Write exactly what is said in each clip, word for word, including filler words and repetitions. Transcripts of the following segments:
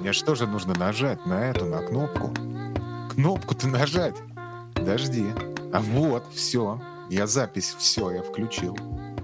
Мне что же нужно нажать на эту, на кнопку? Кнопку-то нажать. Подожди. А вот, все. Я запись, все, я включил.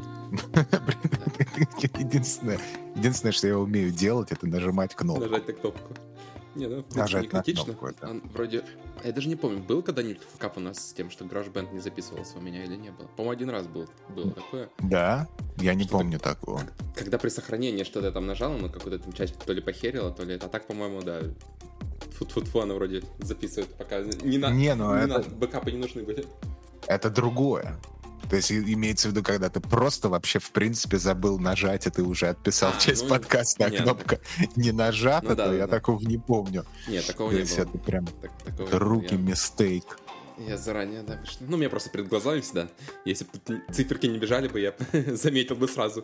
Единственное, единственное, что я умею делать, это нажимать кнопку. Нажать на кнопку. Не, ну, в Нажать принципе, не критично. на кнопку, это. Он вроде... Я даже не помню, был когда-нибудь факап у нас с тем, что GarageBand не записывался у меня или не было? По-моему, один раз был, было такое. Да? Я не Что-то- помню такого. Когда при сохранении что-то там нажал, ну, какую-то там часть то ли похерило, то ли это. А так, по-моему, да. Фу-фу-фу, она вроде записывает пока. Не, на... Не, ну не это- надо, бэкапы не нужны были. Это другое. То есть и- имеется в виду, когда ты просто вообще в принципе забыл нажать, и ты уже отписал А, часть ну, подкаста, а нет, кнопка не нажата, Ну да, то да, я да. такого не помню. Нет, такого То не есть было. это прям Так- такого это не было. руки Я- мистейк. Я заранее, да, вышло. Ну, у меня просто перед глазами всегда. Если бы тут циферки не бежали бы, я бы заметил бы сразу.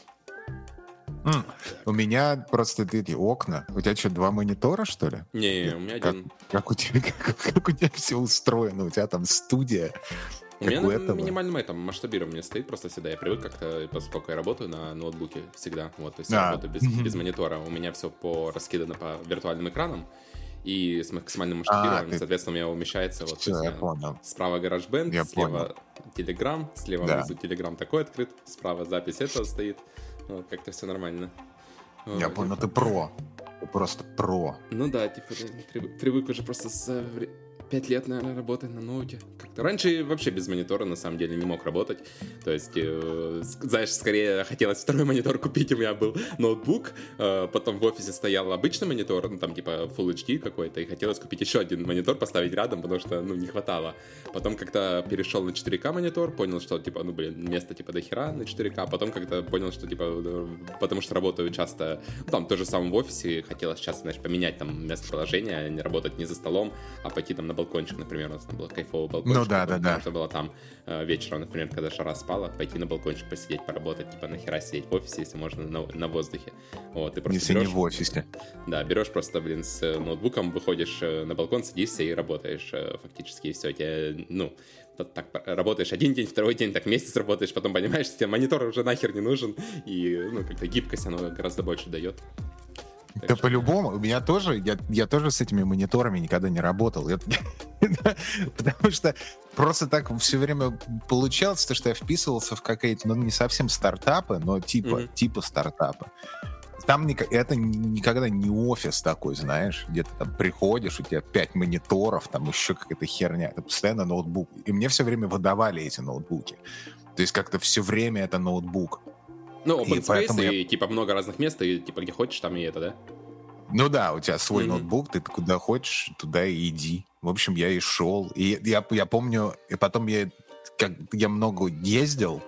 М, У меня просто эти окна. У тебя что, два монитора, что ли? Не, у меня Как, один. как у тебя, как, как у тебя все устроено? У тебя там студия. У меня Как у на этого. минимальном этом масштабировании стоит просто всегда. Я привык как-то, поскольку я работаю на ноутбуке всегда. Вот, то есть я А, работаю без, мгм. без монитора. У меня все по раскидано по виртуальным экранам. И с максимальным масштабированием, ты- соответственно, у меня умещается вот Всё, то есть, я э, понял. справа GarageBand, Я слева Telegram, слева Да. внизу Telegram такой открыт, справа запись этого стоит. Вот, как-то все нормально. Я Вот, понял, ты про. Ты просто про. Ну да, типа, да, привык, привык уже просто с э, вре- пять лет, наверное, работать на ноуте. Как-то раньше вообще без монитора, на самом деле, не мог работать. То есть, э, с- знаешь, скорее хотелось второй монитор купить, у меня был ноутбук, э, потом в офисе стоял обычный монитор, ну там типа Full эйч ди какой-то, и хотелось купить еще один монитор, поставить рядом, потому что, ну, не хватало. Потом как-то перешел на четыре ка монитор, понял, что, типа, ну, блин, места, типа, до хера на четыре ка, потом как-то понял, что, типа, э, потому что работаю часто, ну, там, тоже самом в офисе, хотелось сейчас, знаешь, поменять там местоположение, не работать не за столом, а пойти там на балкончик, например, у нас там был кайфовый балкончик. Ну да, да, да. Можно было там э, вечером, например, когда жара спала, пойти на балкончик посидеть, поработать, типа, нахера сидеть в офисе, если можно на, на воздухе. Вот, ты просто Если не берешь- в офисе. Да, берешь просто, блин, с э, ноутбуком, выходишь э, на балкон, садишься и работаешь э, фактически, и все, тебе, ну, т- так п- работаешь один день, второй день, так месяц работаешь, потом понимаешь, что тебе монитор уже нахер не нужен, и, ну, как-то гибкость, оно гораздо больше дает. Так Да что- по-любому. У меня тоже, я, я тоже с этими мониторами никогда не работал. Это- Потому что просто так все время получалось, то, что я вписывался в какие-то, ну, не совсем стартапы, но типа, Мгм. типа стартапа. Там ника- это ни- никогда не офис такой, знаешь, где ты там приходишь, у тебя пять мониторов, там еще какая-то херня. Это постоянно ноутбук. И мне все время выдавали эти ноутбуки. То есть как-то все время это ноутбук. Ну, И open space, поэтому я- и, типа, много разных мест, и, типа, где хочешь, там и это, да? Ну да, у тебя свой Мгм. ноутбук, ты куда хочешь, туда и иди. В общем, я и шел. И я, я помню, и потом я, как, я много ездил,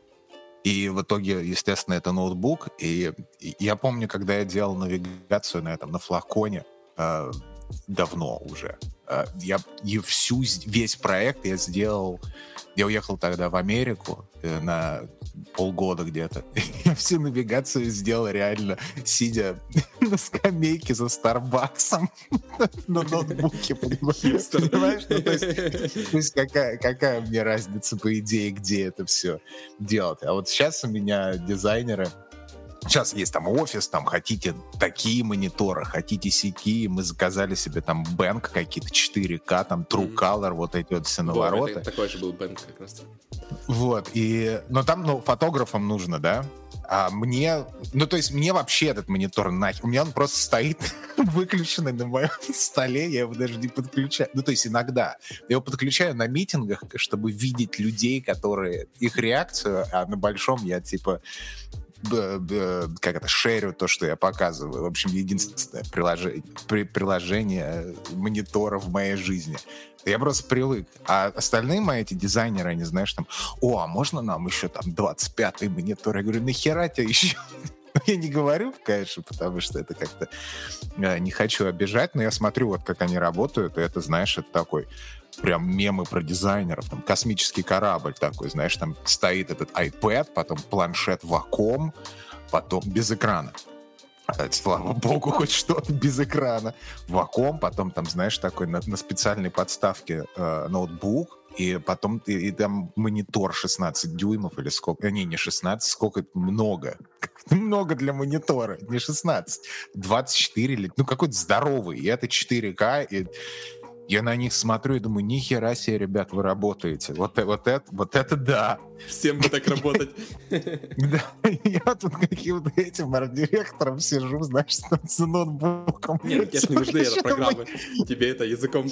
и в итоге, естественно, это ноутбук. И, и я помню, когда я делал навигацию на этом, на флаконе, э, давно уже, э, я и всю, весь проект я сделал, я уехал тогда в Америку э, на полгода где-то. Я всю навигацию сделал реально, сидя на скамейке за Старбаксом на ноутбуке, понимаешь? Понимаешь? Ну, то есть, то есть какая, какая мне разница, по идее, где это все делать? А вот сейчас у меня дизайнеры, сейчас есть там офис, там хотите такие мониторы, хотите сякие, мы заказали себе там бэнк какие-то четыре ка, там True Мгм. Color, вот эти вот все Во, навороты. это- такой же был бэнк как раз. Вот, и... Но там, ну, фотографам нужно, да? А мне... Ну, то есть мне вообще этот монитор нахер... У меня он просто стоит выключенный на моем столе, я его даже не подключаю. Ну, то есть иногда. Я его подключаю на митингах, чтобы видеть людей, которые... Их реакцию, а на большом я, типа... б- б- как это, шерю то, что я показываю. В общем, единственное приложение, при, приложение монитора в моей жизни. Я просто привык. А остальные мои эти дизайнеры, они, знаешь, там, о, а можно нам еще там двадцать пятый монитор? Я говорю, нахера тебе еще? Я не говорю, конечно, потому что это как-то э, не хочу обижать, но я смотрю, вот как они работают, и это, знаешь, это такой прям мемы про дизайнеров, там космический корабль такой, знаешь, там стоит этот iPad, потом планшет Wacom, потом без экрана. Кстати, слава богу, хоть что-то без экрана. Wacom, потом там, знаешь, такой на, на специальной подставке э, ноутбук, и потом и, и там монитор шестнадцать дюймов или сколько, не, не шестнадцать, сколько, много. Много для монитора, не шестнадцать, двадцать четыре, или, ну какой-то здоровый, и это четыре ка, и я на них смотрю и думаю, нихера себе, ребят, вы работаете. Вот, вот, это, вот это да. Всем бы так работать. Да, я тут каким-то этим арт-директором сижу, знаешь, с ноутбуком. Нет, тебе не нужны это программы. Тебе это языком.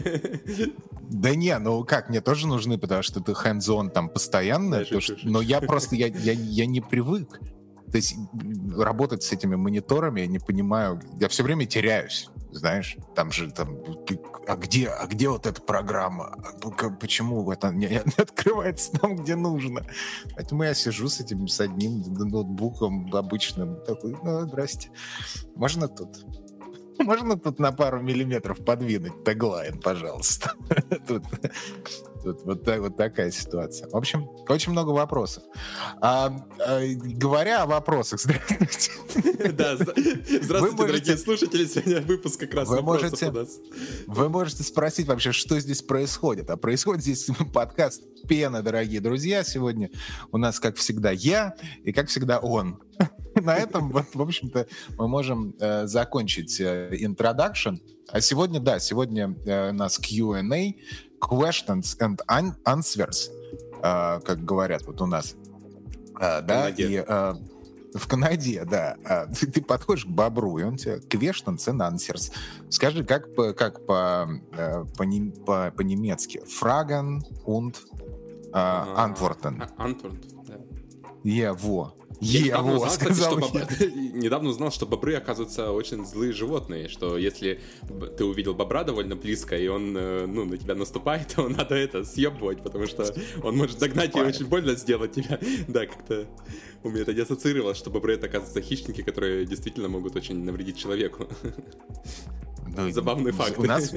Да не, ну как, мне тоже нужны, потому что ты hands-on там постоянно. Но я просто, я не привык. То есть работать с этими мониторами, я не понимаю, я все время теряюсь, знаешь, там же, там, а где, а где вот эта программа, почему это не, не открывается там, где нужно, поэтому я сижу с этим, с одним ноутбуком обычным, такой, ну, здрасте, можно тут, можно тут на пару миллиметров подвинуть теглайн, пожалуйста, тут... Тут вот, так, вот такая ситуация. В общем, очень много вопросов. А, а, говоря о вопросах, здравствуйте. Да, здравствуйте, дорогие слушатели. Сегодня выпуск как раз вопросов у нас. Вы можете спросить вообще, что здесь происходит. А происходит здесь подкаст «Пена», дорогие друзья. Сегодня у нас, как всегда, я и, как всегда, он. На этом, в общем-то, мы можем э, закончить introduction. А сегодня, да, сегодня э, у нас кью энд эй, questions and answers, э, как говорят вот у нас. Э, да, и, э, в Канаде, да. Э, ты, ты подходишь к бобру, и он тебе questions and answers. Скажи, как, по, как по, э, по, по, по-немецки? Fragen und э, Antworten. Antworten, да. Я, во. Я недавно узнал, кстати, что боб... недавно узнал, что бобры, оказывается, очень злые животные, что если ты увидел бобра довольно близко, и он ну, на тебя наступает, то надо это съебывать, потому что он может догнать и очень больно сделать тебя. Да, как-то у меня это не ассоциировалось, что бобры — это, оказывается, хищники, которые действительно могут очень навредить человеку. Ну, забавный факт. У нас...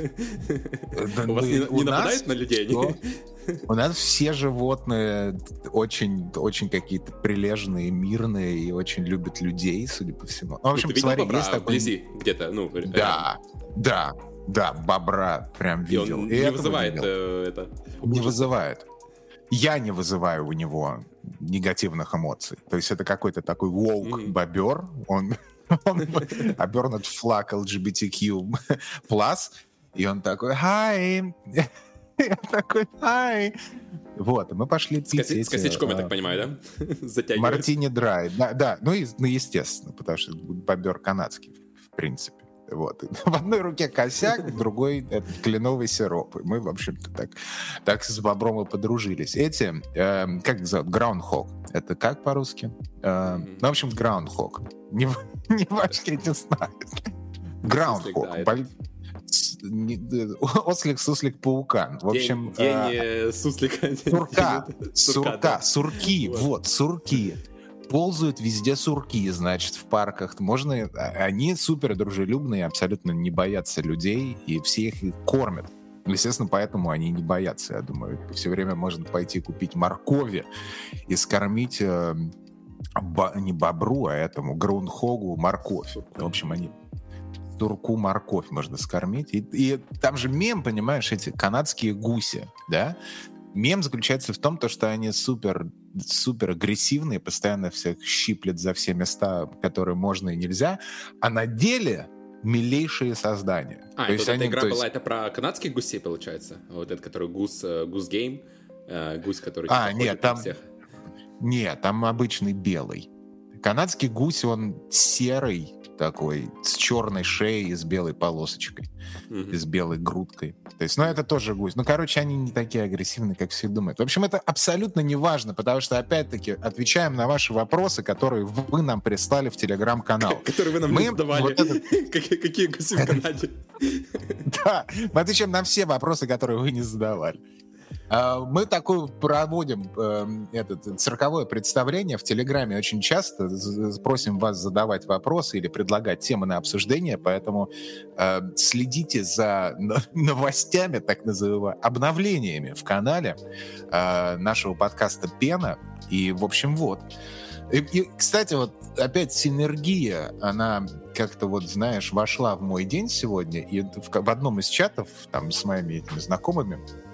У вас не нападают на людей? У нас все животные очень, очень какие-то прилежные, мирные и очень любят людей, судя по всему. В общем, смотри, есть такой... вблизи где-то, ну, да, да, да, бобра прям видел. И он не вызывает это? Не вызывает. Я не вызываю у него негативных эмоций. То есть это какой-то такой woke-бобер, он... Он обернут в флаг эл джи би ти кью плюс, и он такой «Хай!» Я такой «Хай!» Вот, и мы пошли пить эти... С косячком, я так понимаю, да? Затягивает. Мартини драй. Да, да, ну, и, ну, естественно, потому что бобер канадский, в принципе. Вот. В одной руке косяк, в другой этот кленовый сироп. И мы, в общем-то, так, так с бобром и подружились. Эти, э, как их зовут? Groundhog. Это как по-русски? Э, mm-hmm. Ну, в общем, Groundhog. Не, не важно, не знаю. Groundhog. Ослик, суслик, паукан. В общем... День, э, день суслика. Сурка. Сурка. Сурки. Вот, сурки. Ползают везде сурки, значит, в парках. Можно... Они супер дружелюбные, абсолютно не боятся людей, и все их кормят. Естественно, поэтому они не боятся, я думаю. Все время можно пойти купить моркови и скормить э, бо... не бобру, а этому грундхогу морковь. В общем, они... Сурку морковь можно скормить. И, и там же мем, понимаешь, эти канадские гуси, да? Мем заключается в том, что они супер, супер агрессивные, постоянно всех щиплят за все места, которые можно и нельзя, а на деле милейшие создания. А, то есть эта игра была, есть... это про канадских гусей, получается? Вот этот, который гус, гус гейм, гусь, который... А, нет, там... Всех. Нет, там обычный белый. Канадский гусь, он серый, такой, с черной шеей и с белой полосочкой, mm-hmm. и с белой грудкой. То есть, ну, это тоже гусь. Ну, короче, они не такие агрессивные, как все думают. В общем, это абсолютно не важно, потому что, опять-таки, отвечаем на ваши вопросы, которые вы нам прислали в Телеграм-канал. Которые вы нам не задавали. Какие гуси в Канаде? Да, мы отвечаем на все вопросы, которые вы не задавали. Мы такое проводим э, это, цирковое представление в Телеграме очень часто. Просим вас задавать вопросы или предлагать темы на обсуждение, поэтому э, следите за новостями, так называемыми, обновлениями в канале э, нашего подкаста «Пена». И, в общем, вот. И, и, кстати, вот опять синергия, она как-то вот, знаешь, вошла в мой день сегодня, и в, в одном из чатов там с моими этими знакомыми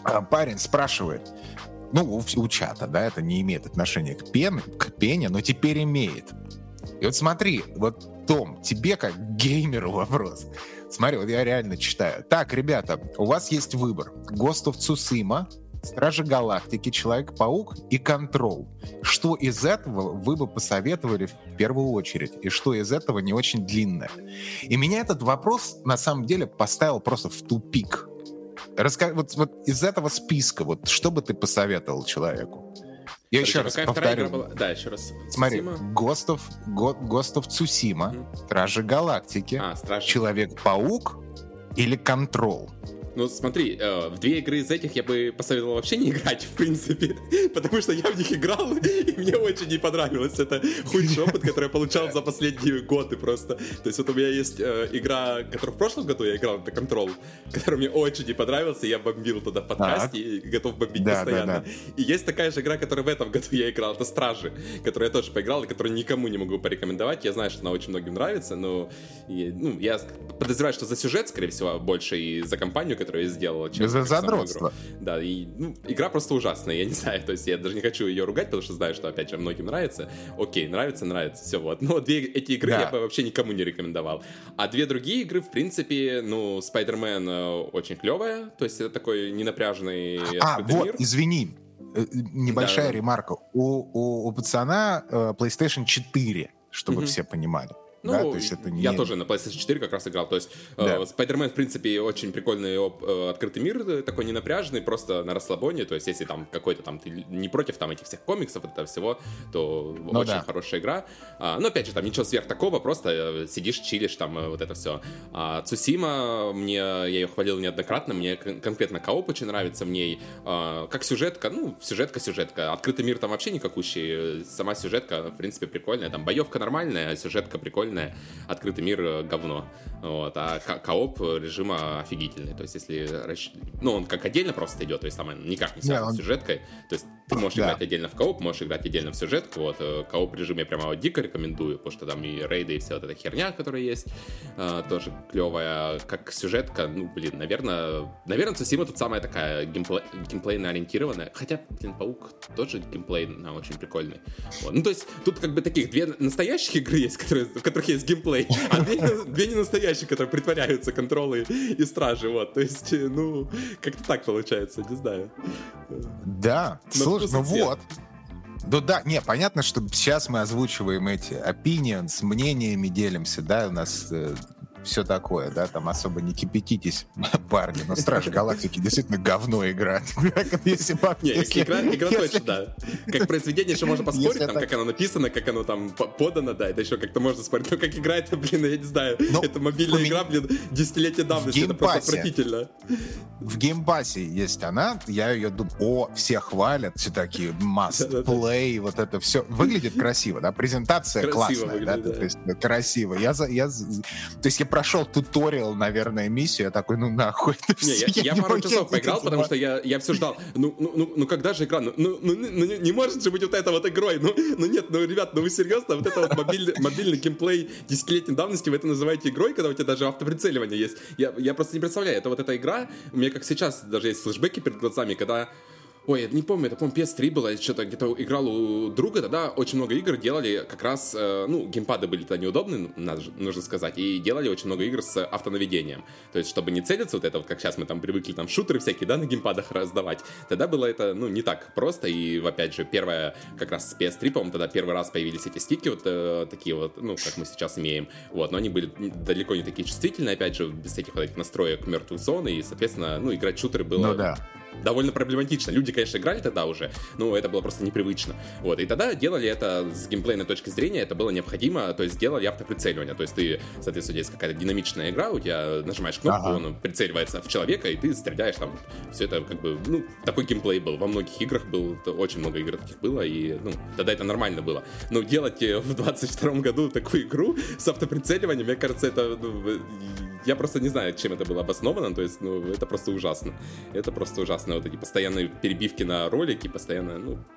А, парень спрашивает, ну, у, у чата, да, это не имеет отношения к, пен, к пене, но теперь имеет. И вот смотри, вот, Том, тебе как геймеру вопрос. Смотри, вот я реально читаю. Так, ребята, у вас есть выбор. Ghost of Tsushima, Стражи Галактики, Человек-паук и Control. Что из этого вы бы посоветовали в первую очередь? И что из этого не очень длинное? И меня этот вопрос, на самом деле, поставил просто в тупик. Раска... Вот, вот из этого списка, вот что бы ты посоветовал человеку? Я Короче, еще раз повторю. Была? Да, еще раз. Смотри, Ghost of, Ghost of Tsushima, mm-hmm. Стражи Галактики, а, Стражи. Человек-паук или Control? Ну, смотри, э, в две игры из этих я бы посоветовал вообще не играть, в принципе, потому что я в них играл, и мне очень не понравилось. Это худший опыт, который я получал за последние годы просто. То есть вот у меня есть э, игра, которую в прошлом году я играл, это Control, который мне очень не понравился, я бомбил туда в подкасте и готов бомбить да, постоянно. Да, да. И есть такая же игра, которую в этом году я играл, это Стражи, которую я тоже поиграл, и которую никому не могу порекомендовать. Я знаю, что она очень многим нравится, но и, ну, я подозреваю, что за сюжет, скорее всего, больше и за компанию, которую я сделал, чем за задротство. Да, и ну, игра просто ужасная, я не знаю, то есть я даже не хочу ее ругать, потому что знаю, что, опять же, многим нравится. Окей, нравится, нравится, все, вот. Но две эти игры да. я бы вообще никому не рекомендовал. А две другие игры, в принципе, ну, Spider-Man очень клевая, то есть это такой ненапряжный А, вот, мир. Извини, небольшая да. ремарка. У, у, у пацана PlayStation четыре, чтобы mm-hmm. все понимали. Ну, да, то есть это не... я тоже на PlayStation четыре как раз играл. То есть да. э, Spider-Man, в принципе, очень прикольный э, открытый мир, такой ненапряжный, просто на расслабоне. То есть если там какой-то там, ты не против там этих всех комиксов, этого всего, то ну, очень да. хорошая игра. А, но опять же, там ничего сверх такого, просто сидишь, чилишь, там вот это все. А Цусима, мне, я ее хвалил неоднократно, мне конкретно кооп очень нравится в ней. А, как сюжетка, ну, сюжетка-сюжетка. Открытый мир там вообще никакущий. Сама сюжетка, в принципе, прикольная. Там боевка нормальная, сюжетка прикольная. Открытый мир говно. Вот. А ко- кооп режима офигительный. То есть, если... Ну, он как отдельно просто идет, то есть там никак не связан yeah, он... с сюжеткой. То есть, ты можешь yeah. играть отдельно в кооп, можешь играть отдельно в сюжетку. Вот. Кооп режим я прямо вот дико рекомендую, потому что там и рейды, и вся вот эта херня, которая есть, тоже клевая. Как сюжетка, ну, блин, наверное... Наверное, Цусима тут самая такая геймплей... геймплейно ориентированная. Хотя, блин, Паук тоже геймплейно очень прикольный. Вот. Ну, то есть, тут как бы таких две настоящих игры есть, которые, в которых есть геймплей, а две, две не настоящие, которые притворяются, контролы и стражи, вот, то есть, ну, как-то так получается, не знаю. Да, но слушай, ну вот. Ну да, не, понятно, что сейчас мы озвучиваем эти opinions, мнениями делимся, да, у нас э, все такое, да, там особо не кипятитесь, парни, но Стражи Галактики действительно говно игра. Если игра, игра точно, да. Как произведение еще можно поспорить, там, как оно написано, как оно там подано, да, это еще как-то можно спорить, но как игра, это, блин, я не знаю, это мобильная игра, блин, десятилетия давности, это просто отвратительно. В геймпассе есть она, я ее думаю, о, все хвалят, все такие, must play, вот это все. Выглядит красиво, да, презентация классная, да, то есть красиво. Я, я, то есть я прошел туториал, наверное, миссию, я такой, ну нахуй это все. Не, я, я, я пару часов поиграл, потому что я, я все ждал, ну, ну, ну, ну когда же игра, ну, ну, ну, ну не, не может же быть вот это вот игрой, ну, ну нет, ну, ребят, ну вы серьезно, вот это вот мобильный, мобильный геймплей десятилетней давности, вы это называете игрой, когда у тебя даже автоприцеливание есть? Я, я просто не представляю, это вот эта игра, у меня как сейчас даже есть флешбеки перед глазами, когда... Ой, я не помню, это, по-моему, пи эс три было, я что-то где-то играл у друга, тогда очень много игр делали как раз, э, ну, геймпады были тогда неудобны, нужно сказать, и делали очень много игр с автонаведением. То есть, чтобы не целиться, вот это вот, как сейчас мы там привыкли, там, шутеры всякие, да, на геймпадах раздавать, тогда было это, ну, не так просто, и, опять же, первое, как раз с пи эс три, по-моему, тогда первый раз появились эти стики, вот э, такие вот, ну, как мы сейчас имеем, вот, но они были далеко не такие чувствительные, опять же, без всяких вот этих настроек мертвых зон, и, соответственно, ну, играть в шутеры было... Ну, да. довольно проблематично. Люди, конечно, играли тогда уже, но это было просто непривычно. Вот. И тогда делали это с геймплейной точки зрения, это было необходимо, то есть делали автоприцеливание. То есть ты, соответственно, есть какая-то динамичная игра, у тебя нажимаешь кнопку, ага. он прицеливается в человека, и ты стреляешь там. Все это как бы, ну, такой геймплей был. Во многих играх был, очень много игр таких было, и, ну, тогда это нормально было. Но делать в двадцать втором году такую игру с автоприцеливанием, мне кажется, это... Ну, я просто не знаю, чем это было обосновано, то есть, ну, это просто ужасно. Это просто ужасно. Вот эти постоянные перебивки на ролики, постоянно, ну,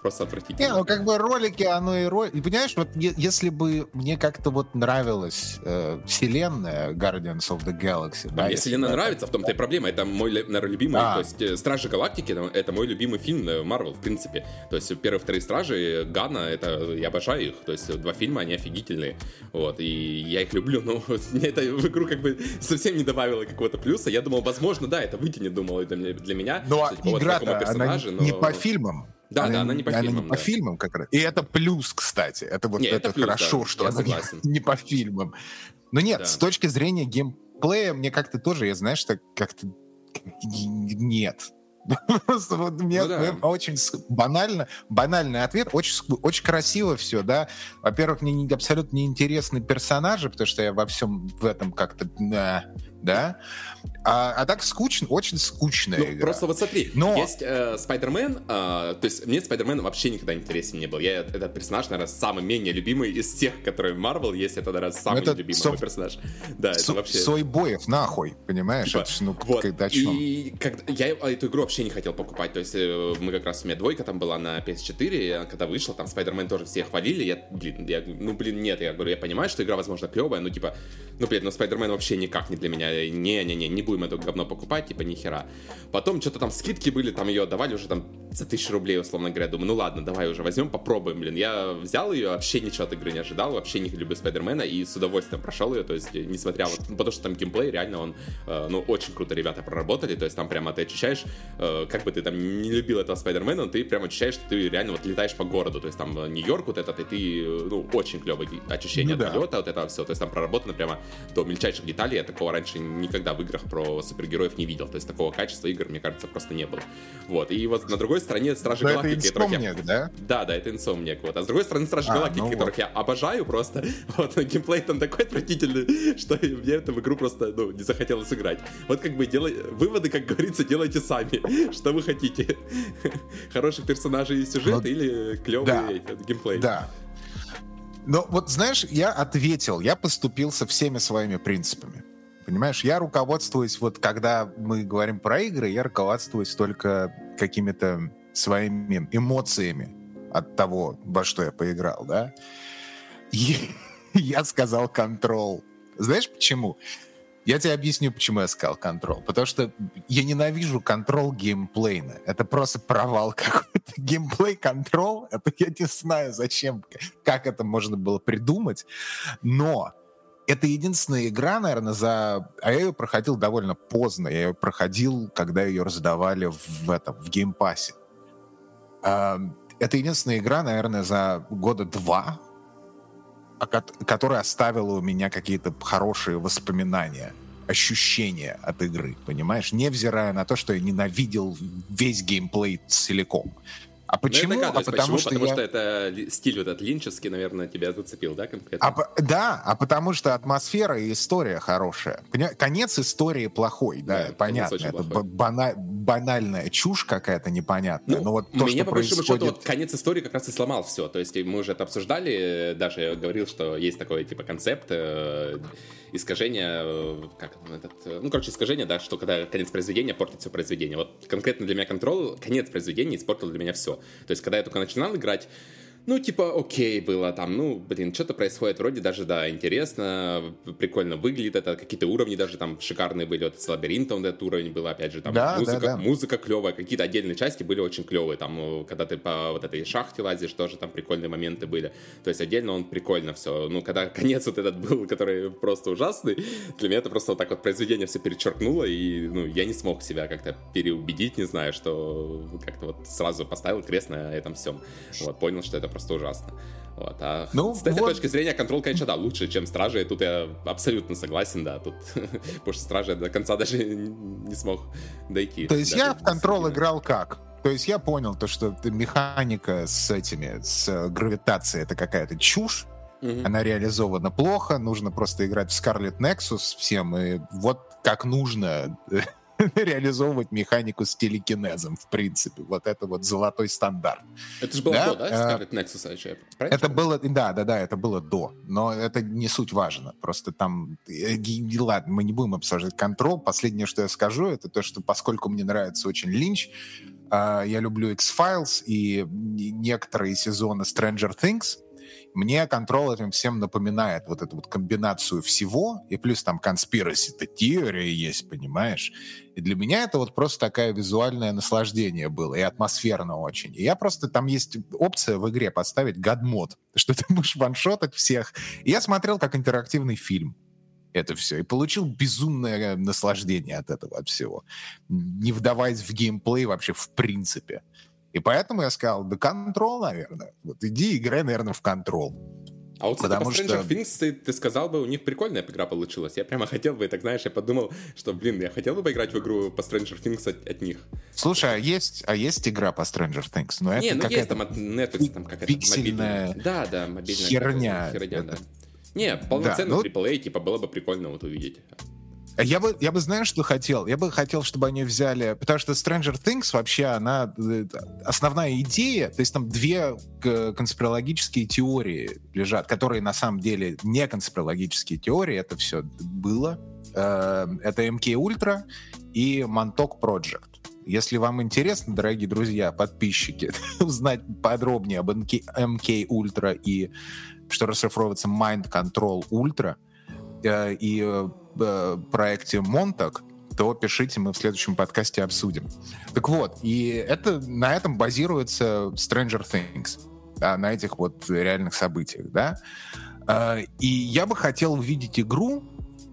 просто отвратительно. Не, ну как бы ролики, оно и ролики. Понимаешь, вот е- если бы мне как-то вот нравилась э, вселенная Guardians of the Galaxy, А да, мне если вселенная бы нравится, в том-то и проблема. Это мой, наверное, любимый. Да. То есть э, Стражи Галактики — это мой любимый фильм Марвел, в принципе. То есть первые, вторые Стражи, Ганна, это я обожаю их. То есть два фильма, они офигительные. Вот, и я их люблю, но мне это в игру как бы совсем не добавило какого-то плюса. Я думал, возможно, да, это вытянет, думал, для меня. Для меня. Ну, а что, типа, вот игра-то, такого она персонажа, не, но... не по фильмам. Да, она, да, она не по она фильмам, не по да. фильмам как раз. И это плюс, кстати. Это вот Не, это, это плюс, хорошо, да, что я она согласен. не, не по фильмам. Но нет, Да. с точки зрения геймплея, мне как-то тоже, я знаешь, так как-то нет. Просто вот мне, Ну да. мне очень с- банально, банальный ответ, очень, с- очень красиво все, да. Во-первых, мне не- абсолютно неинтересны персонажи, потому что я во всем в этом как-то, да, да. А, а так скучно, очень скучная Ну, игра. просто вот смотри, Но- есть э, Спайдермен, э, то есть мне Спайдермен вообще никогда интересен не был. Я этот персонаж, наверное, самый менее любимый из тех, которые в Марвел есть, это, наверное, самый Это любимый со- мой персонаж. Да, это Со- вообще... Сойбоев, нахуй, понимаешь? Типа, Это ж, ну, вот, когда о чем? и когда, я эту игру вообще не хотел покупать, то есть э, мы как раз, у меня двойка там была на пи эс четыре, я когда вышел, там Спайдермен тоже все хвалили, я, блин, я, ну, блин, нет, я говорю, я понимаю, что игра, возможно, клевая, но, типа, ну, блин, ну, Спайдермен вообще никак не для меня, не-не-не, не будем это говно покупать, типа, нихера. Потом что-то там скидки были, там ее отдавали уже там за тысячу рублей, условно говоря, думаю, ну, ладно, давай уже возьмем, попробуем, блин. Я взял ее, вообще ничего от игры не ожидал, вообще не люблю Спайдермена, и с удовольствием прошел ее, то есть, несмотря вот, потому что там геймплей, реально, он, э, ну, очень круто ребята проработали, то есть, там прямо ты ощущаешь, э, как бы ты там не любил этого Спайдермена, но ты прямо ощущаешь, что ты реально вот летаешь по городу, то есть, там Нью-Йорк вот этот, и ты, ну, очень клевое ощущение Ну от да. полета, вот этого все, то есть, там проработано прямо до мельчайших деталей, я такого раньше никогда в играх про супергероев не видел, то есть, такого качества игр, мне кажется, просто не было. Вот, и вот на другой стороне Стражи Да, это Галактики, которых я... Insomniac, да? Да, да, это Insomniac, вот. А с другой стороны, Стражи А, Галактики, ну которых вот. я обожаю просто, вот, но геймплей там такой отвратительный, что мне это в игру просто, ну, не захотелось играть. Вот как бы делай... выводы, как говорится, делайте сами, что вы хотите. Хороших персонажей и сюжет Ну, или клевый да. этот геймплей. Да. Но вот, знаешь, я ответил, я поступил со всеми своими принципами. Понимаешь, я руководствуюсь, вот когда мы говорим про игры, я руководствуюсь только какими-то своими эмоциями от того, во что я поиграл, да? И я сказал Control. Знаешь почему? Я тебе объясню, почему я сказал Control. Потому что я ненавижу Control геймплейно. Это просто провал какой-то. Геймплей Control, это я не знаю, зачем, как это можно было придумать. Но это единственная игра, наверное, за... А я ее проходил довольно поздно. Я ее проходил, когда ее раздавали в этом, в геймпассе. А, Это единственная игра, наверное, за года два, а кот- которая оставила у меня какие-то хорошие воспоминания, ощущения от игры, понимаешь? Невзирая на то, что я ненавидел весь геймплей целиком. А почему? Ну, это, А потому, потому что потому я... что это ли- стиль вот этот линческий, наверное, тебя зацепил, да, конкретно? А, по- да, а потому что атмосфера и история хорошая. Поня- Конец истории плохой, да, Да, конец понятно. очень Это плохой. б- бана- банальная чушь какая-то непонятная. Ну, Но вот то, мне, что по большому происходит... счету, вот конец истории как раз и сломал все. То есть мы уже это обсуждали, даже я говорил, что есть такой, типа, концепт э, искажения, э, как он этот, э, ну, короче, искажение, да, что когда конец произведения портит все произведение. Вот конкретно для меня Control, конец произведения испортил для меня все. То есть, когда я только начинал играть, ну, типа, окей было там, ну, блин, что-то происходит, вроде даже, да, интересно, прикольно выглядит это, какие-то уровни даже там шикарные были, вот с лабиринтом этот уровень был, опять же, там Да, музыка, да, да. музыка клевая, какие-то отдельные части были очень клевые, там, э, когда ты по вот этой шахте лазишь, тоже там прикольные моменты были, то есть отдельно он прикольно все, ну, когда конец вот этот был, который просто ужасный, для меня это просто вот так вот произведение все перечеркнуло, и, ну, я не смог себя как-то переубедить, не знаю, что как-то вот сразу поставил крест на этом всем, вот, понял, что это просто ужасно. Вот. А Ну, с этой вот. точки зрения Control, конечно, да, лучше, чем Стражи, и тут я абсолютно согласен, да, тут, потому что Стражи до конца даже не смог дойти. То есть даже я в Control сильно. играл как? То есть я понял то, что механика с этими, с э, гравитацией это какая-то чушь, Мгм. она реализована плохо, нужно просто играть в Scarlet Nexus всем, и вот как нужно реализовывать механику с телекинезом, в принципе. Вот это вот золотой стандарт. Это же было Да, до, да, э, Scarlet Nexus? а, я правильно Это помню? было, да, да, да, это было до, но это не суть важно. Просто там, э, ги- ладно, мы не будем обсуждать Control. Последнее, что я скажу, это то, что поскольку мне нравится очень Линч, э, я люблю X-Files и некоторые сезоны Stranger Things, мне Control этим всем напоминает вот эту вот комбинацию всего, и плюс там conspiracy-то теория есть, понимаешь? И для меня это вот просто такое визуальное наслаждение было, и атмосферно очень. И я просто, там есть опция в игре поставить God-мод, что ты будешь ваншотать всех. И я смотрел как интерактивный фильм это все, и получил безумное наслаждение от этого, от всего, не вдаваясь в геймплей вообще в принципе. И поэтому я сказал, да Control, наверное. Вот иди играй, наверное, в Control. А вот, кстати, по Stranger Things ты, ты сказал бы, у них прикольная игра получилась. Я прямо хотел бы, так знаешь, я подумал, что, блин, я хотел бы поиграть в игру по Stranger Things от, от них. Слушай, а есть, а есть игра по Stranger Things? Но не, это ну есть там от Netflix, там какая-то пиксельная мобильная. Да, да, мобильная. Херня. херня да. Не, полноценный да, ну... трипл эй, типа, было бы прикольно вот увидеть. Я бы, я бы, знаешь, что хотел? Я бы хотел, чтобы они взяли... Потому что Stranger Things вообще, она... Основная идея, то есть там две конспирологические теории лежат, которые на самом деле не конспирологические теории, это все было. Это эм кей Ultra и Montauk Project. Если вам интересно, дорогие друзья, подписчики, узнать подробнее об эм кей Ultra и что расшифровывается Mind Control Ultra, и э, проекте Montauk, то пишите, мы в следующем подкасте обсудим. Так вот, и это, на этом базируется Stranger Things, да, на этих вот реальных событиях, да. Э, и я бы хотел увидеть игру,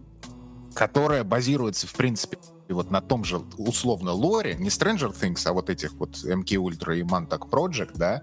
которая базируется, в принципе, вот на том же, условно, лоре, не Stranger Things, а вот этих вот эм кей Ultra и Montauk Project, да,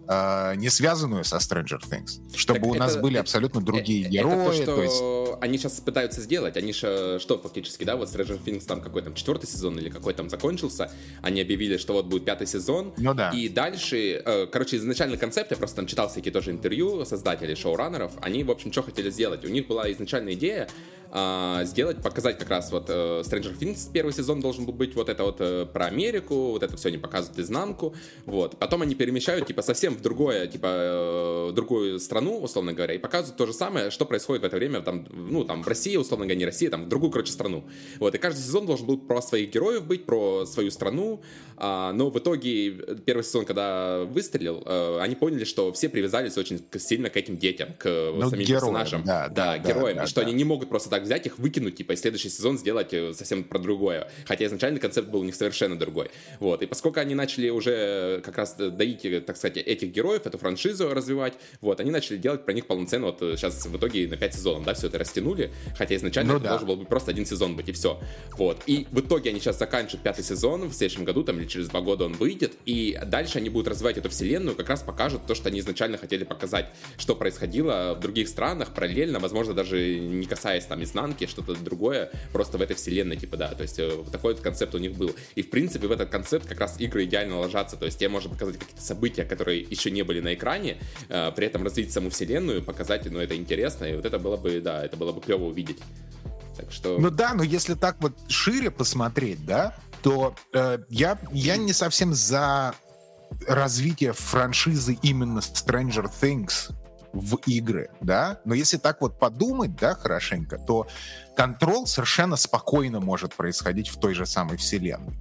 не связанную со Stranger Things, чтобы так у нас это, были это, абсолютно другие это герои. Это то, что то есть... они сейчас пытаются сделать. Они же, что фактически, да, вот Stranger Things там какой там четвертый сезон или какой там закончился, они объявили, что вот будет пятый сезон, ну, да. И дальше, э, короче, изначальный концепт, я просто там читал всякие тоже интервью создателей, шоураннеров, они, в общем, что хотели сделать? У них была изначальная идея Uh, сделать, показать как раз вот uh, Stranger Things первый сезон должен был быть вот это вот uh, про Америку, вот это все они показывают изнанку, вот. Потом они перемещают типа совсем в другое, типа uh, другую страну, условно говоря, и показывают то же самое, что происходит в это время там, ну, там в России, условно говоря, не Россия, там в другую, короче, страну. Вот, и каждый сезон должен был про своих героев быть, про свою страну, uh, но в итоге первый сезон, когда выстрелил, uh, они поняли, что все привязались очень сильно к этим детям, к ну, самим героям, персонажам, да, да, да, героям, да, и что да. Они не могут просто так взять их, выкинуть, типа, и следующий сезон сделать совсем про другое. Хотя изначальный концепт был у них совершенно другой. Вот. И поскольку они начали уже как раз доить, так сказать, этих героев, эту франшизу развивать, вот, они начали делать про них полноценно. Вот сейчас в итоге на пять сезонов, да, все это растянули, хотя изначально ну, это да. должен был быть просто один сезон быть, и все. Вот. И в итоге они сейчас заканчивают пятый сезон, в следующем году, там, или через два года он выйдет, и дальше они будут развивать эту вселенную, как раз покажут то, что они изначально хотели показать, что происходило в других странах, параллельно, возможно, даже не касаясь там изнанки, что-то другое, просто в этой вселенной, типа, да, то есть вот такой вот концепт у них был. И, в принципе, в этот концепт как раз игры идеально ложатся, то есть тебе можно показать какие-то события, которые еще не были на экране, э, при этом развить саму вселенную, показать, ну, это интересно, и вот это было бы, да, это было бы клево увидеть. Так что... Ну да, но если так вот шире посмотреть, да, то э, я, я не совсем за развитие франшизы именно Stranger Things в игры, да, но если так вот подумать, да, хорошенько, то Control совершенно спокойно может происходить в той же самой вселенной.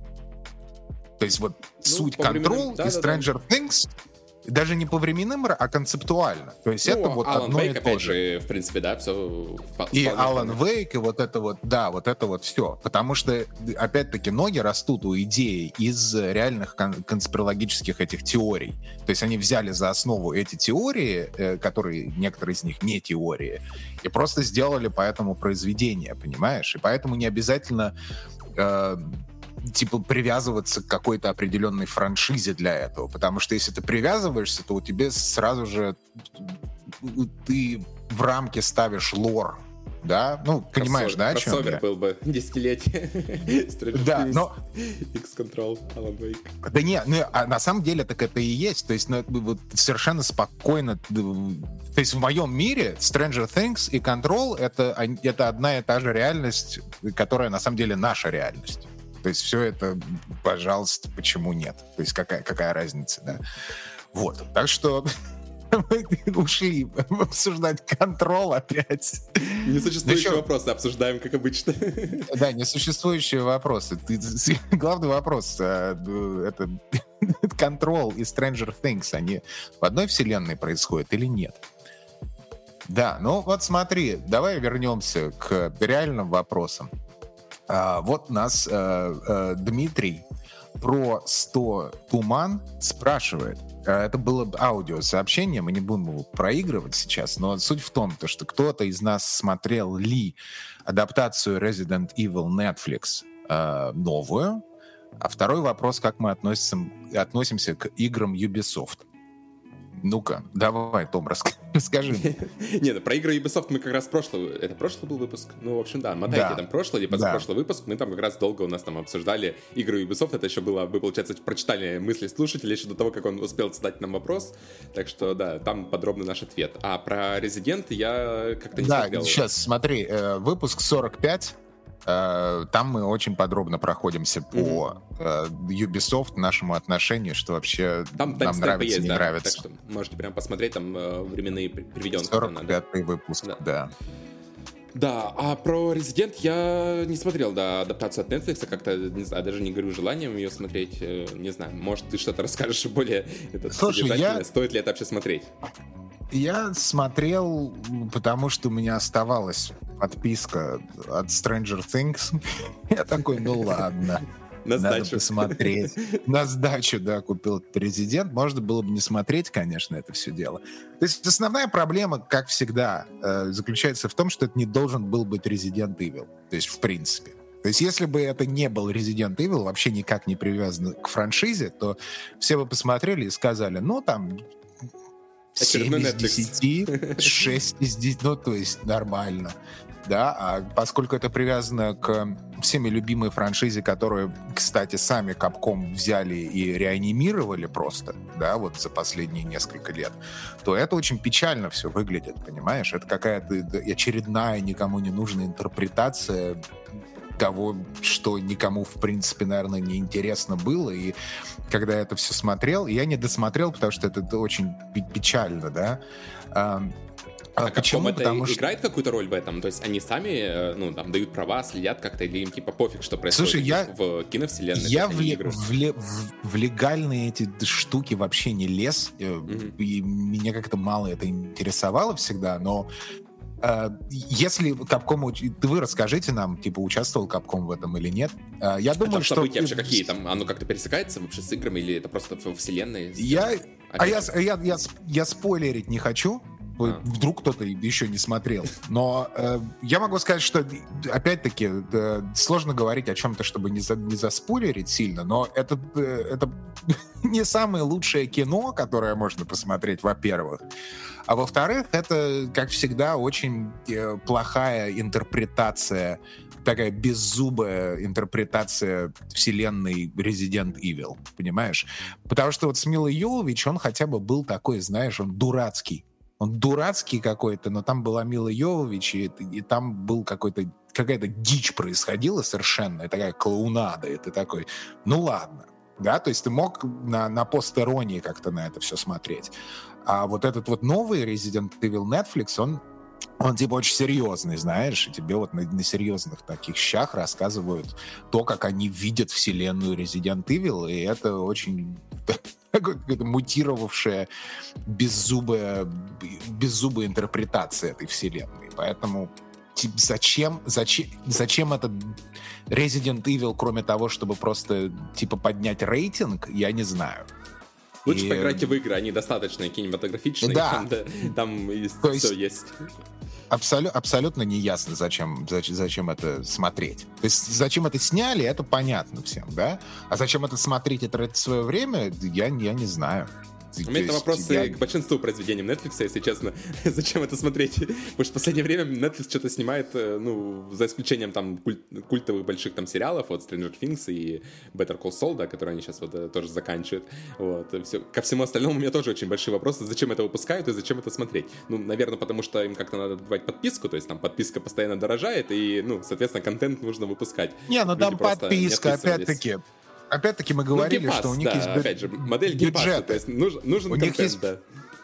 То есть вот ну, суть Control да, и Stranger да, Things даже не по временным, а концептуально. То есть ну, это вот Alan одно Wake, и то опять же. же, в принципе, да, все. И Alan Wake, и вот это вот, да, вот это вот все. Потому что, опять-таки, ноги растут у идеи из реальных кон- конспирологических этих теорий. То есть они взяли за основу эти теории, э, которые, некоторые из них не теории, и просто сделали по этому произведение, понимаешь? И поэтому не обязательно... Э, типа привязываться к какой-то определенной франшизе для этого, потому что если ты привязываешься, то у тебя сразу же ты в рамки ставишь лор, да, ну, понимаешь, да, о чем я? Кроссовер был бы десятилетие. Да, но... X-Control, Alan Wake. Да не, ну, а на самом деле так это и есть, то есть ну, вот, совершенно спокойно, то есть в моем мире Stranger Things и Control это, это одна и та же реальность, которая на самом деле наша реальность. То есть все это, пожалуйста, почему нет? То есть какая, какая разница, да? Вот, так что мы ушли обсуждать контрол опять. Несуществующие вопросы обсуждаем, как обычно. Да, несуществующие вопросы. Главный вопрос, это контрол и Stranger Things, они в одной вселенной происходят или нет? Да, ну вот смотри, давай вернемся к реальным вопросам. А, вот нас а, а, Дмитрий про сто Туман спрашивает. А, это было аудиосообщение, мы не будем его проигрывать сейчас, но суть в том, то, что кто-то из нас смотрел ли адаптацию Resident Evil Netflix а, новую, а второй вопрос, как мы относим, относимся к играм Ubisoft. Ну-ка, давай, Том, расскажи. Не, ну про игры Ubisoft мы как раз прошлый... Это прошлый был выпуск? Ну, в общем, да, мотайте там прошлый или позапрошлый выпуск. Мы там как раз долго у нас там обсуждали игры Ubisoft. Это еще было, вы, получается, прочитали мысли слушателей еще до того, как он успел задать нам вопрос. Так что, да, там подробный наш ответ. А про Resident я как-то не смотрел. Да, сейчас, смотри, выпуск сорок пять. Там мы очень подробно проходимся по mm-hmm. Ubisoft, нашему отношению, что вообще там нам нравится, есть, не да, нравится. Так что можете прям посмотреть, там временные приведенки. сорок пятый выпуск, да. да. Да, а про Resident я не смотрел, да, адаптацию от Netflix, как-то, не знаю, даже не горю желанием ее смотреть, не знаю, может, ты что-то расскажешь более это, Слушай, я... стоит ли это вообще смотреть? Я смотрел, потому что у меня оставалась подписка от Stranger Things. Я такой, ну ладно. На Надо сдачу. посмотреть. На сдачу, да, купил Resident. Можно было бы не смотреть, конечно, это все дело. То есть основная проблема, как всегда, заключается в том, что это не должен был быть Resident Evil. То есть в принципе. То есть если бы это не был Resident Evil, вообще никак не привязан к франшизе, то все бы посмотрели и сказали, ну там... семь из десяти, шесть из десяти, ну, то есть нормально, да, а поскольку это привязано к всеми любимой франшизе, которую, кстати, сами Capcom взяли и реанимировали просто, да, вот за последние несколько лет, то это очень печально все выглядит, понимаешь? Это какая-то очередная никому не нужная интерпретация того, что никому, в принципе, наверное, не интересно было. И когда я это все смотрел, я не досмотрел, потому что это, это очень печально, да. А, а почему? Это потому, играет что... какую-то роль в этом? То есть они сами, ну, там, дают права, следят как-то, или им, типа, пофиг, что происходит. Слушай, я... в киновселенной? Я в, ли... в, ли... в легальные эти штуки вообще не лез, mm-hmm. и меня как-то мало это интересовало всегда, но если Capcom... Вы расскажите нам, типа, участвовал Capcom в этом или нет. Я думаю, там что... события вообще какие? Там оно как-то пересекается вообще с играми или это просто во вселенной? Я... А я, я, я, я спойлерить не хочу. А. Вдруг кто-то еще не смотрел. Но э, я могу сказать, что, опять-таки, э, сложно говорить о чем-то, чтобы не, за, не заспойлерить сильно, но это, э, это не самое лучшее кино, которое можно посмотреть, во-первых. А во-вторых, это, как всегда, очень э, плохая интерпретация, такая беззубая интерпретация вселенной Resident Evil, понимаешь? Потому что вот с Милой Йовович он хотя бы был такой, знаешь, он дурацкий. Он дурацкий какой-то, но там была Мила Йовович, и, и там был какой-то, какая-то дичь происходила совершенно, такая клоунада, и ты такой, ну ладно, да, то есть ты мог на, на пост-иронии как-то на это все смотреть. А вот этот вот новый Resident Evil Netflix, он, он типа очень серьезный, знаешь, и тебе вот на, на серьезных таких щах рассказывают то, как они видят вселенную Resident Evil, и это очень... какая-то мутировавшая беззубая, беззубая интерпретация этой вселенной. Поэтому зачем, зачем, зачем этот Resident Evil, кроме того, чтобы просто типа поднять рейтинг, я не знаю. Лучше и... поиграйте в игры, они достаточно кинематографичные, да. там, да, там и То все есть... есть. Абсолю- абсолютно неясно, зачем, зачем, зачем это смотреть. То есть зачем это сняли, это понятно всем, да? А зачем это смотреть и тратить свое время, я, я не знаю. У меня это вопросы я... к большинству произведений Netflix, если честно. Зачем это смотреть? Потому что в последнее время Netflix что-то снимает, ну, за исключением там культ, культовых больших там сериалов, вот Stranger Things и Better Call Saul, да, которые они сейчас вот тоже заканчивают. Вот. Все. Ко всему остальному у меня тоже очень большие вопросы, зачем это выпускают и зачем это смотреть. Ну, наверное, потому что им как-то надо давать подписку, то есть там подписка постоянно дорожает, и, ну, соответственно, контент нужно выпускать. Не, ну там подписка, опять-таки... Опять-таки мы говорили, ну, геймпас, что у них да, есть опять же, модель геймпаса, то есть нужен, нужен у контент, них есть, да.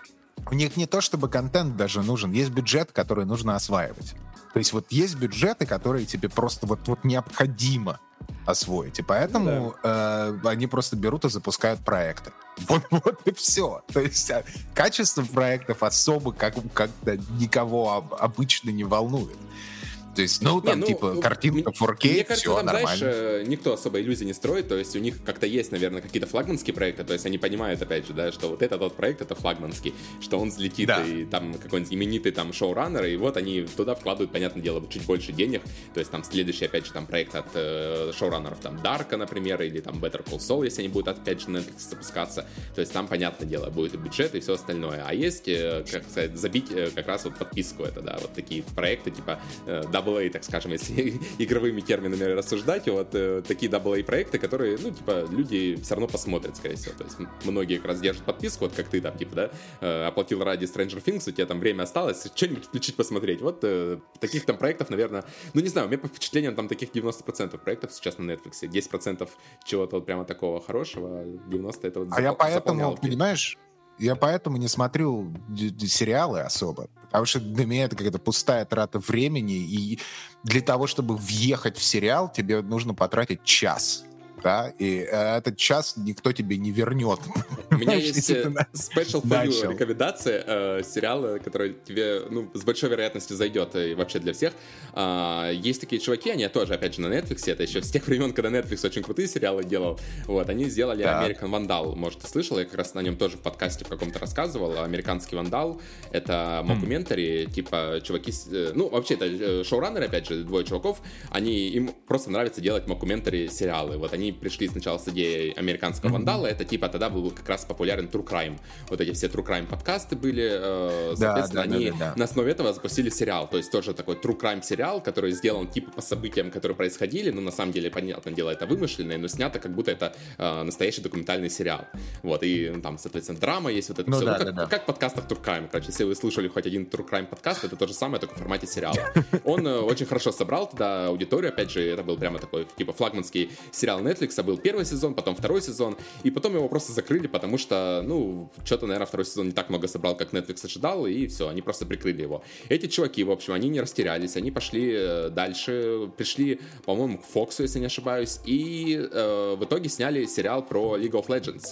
у них не то чтобы контент даже нужен, есть бюджет, который нужно осваивать. То есть вот есть бюджеты, которые тебе просто вот, вот необходимо освоить. И поэтому да. э, они просто берут и запускают проекты. Вот, вот и все. То есть а, качество проектов особо как, как-то никого об, обычно не волнует. То есть, ну, там, не, ну, типа, картинка фор кей, мне кажется, все там, нормально. Знаешь, никто особо иллюзий не строит, то есть у них как-то есть, наверное, какие-то флагманские проекты, то есть они понимают, опять же, да, что вот этот вот проект, это флагманский, что он взлетит, да. и там какой-нибудь знаменитый там шоураннер, и вот они туда вкладывают, понятное дело, чуть больше денег, то есть там следующий, опять же, там проект от э, шоураннеров, там, Дарка, например, или там Better Call Saul, если они будут, опять же, на Netflix запускаться, то есть там, понятное дело, будет и бюджет, и все остальное, а есть, э, как сказать, забить э, как раз вот подписку, это, да, вот такие проекты, типа э, дабл эй, так скажем, если игровыми терминами рассуждать, вот э, такие дабл эй проекты, которые, ну, типа, люди все равно посмотрят, скорее всего. То есть многие как раз держат подписку, вот как ты там, типа, да, э, оплатил ради Stranger Things, у тебя там время осталось, что-нибудь включить, посмотреть. Вот э, таких там проектов, наверное, ну, не знаю, у меня по впечатлениям там таких девяносто процентов проектов сейчас на Netflix, десять процентов чего-то вот прямо такого хорошего, девяносто процентов это вот А я поэтому, понимаешь, я поэтому не смотрю сериалы особо, потому что для меня это какая-то пустая трата времени, и для того, чтобы въехать в сериал, тебе нужно потратить час, да, и этот час никто тебе не вернет. У меня есть special for you рекомендация э, сериала, который тебе, ну, с большой вероятностью зайдет и вообще для всех. Э, есть такие чуваки, они тоже, опять же, на Netflix, это еще с тех времен, когда Netflix очень крутые сериалы делал. Вот, они сделали да. American Vandal, может, ты слышал, я как раз на нем тоже в подкасте в каком-то рассказывал. Американский Вандал, это мокументари, mm. типа чуваки, ну, вообще, это шоураннеры, опять же, двое чуваков, они, им просто нравится делать мокументари сериалы. Вот они пришли сначала с идеей американского mm-hmm. Вандала, это типа тогда был как раз популярен True Crime. Вот эти все True Crime подкасты были, э, соответственно, да, да, они да, да, да. на основе этого запустили сериал, то есть тоже такой True Crime сериал, который сделан типа по событиям, которые происходили, но на самом деле, понятное дело, это вымышленное, но снято как будто это э, настоящий документальный сериал. Вот, и ну, там, соответственно, драма есть, вот это ну, все, да, ну, как, да, да. как в подкастах True Crime, короче, если вы слушали хоть один True Crime подкаст, это то же самое, только в формате сериала. Он э, очень хорошо собрал туда аудиторию, опять же, это был прямо такой, типа, флагманский сериал Netflix, был первый сезон, потом второй сезон, и потом его просто закрыли, потому что, ну, что-то, наверное, второй сезон не так много собрал, как Netflix ожидал, и все, они просто прикрыли его. Эти чуваки, в общем, они не растерялись, они пошли дальше, пришли, по-моему, к Fox, если не ошибаюсь, и э, в итоге сняли сериал про League of Legends.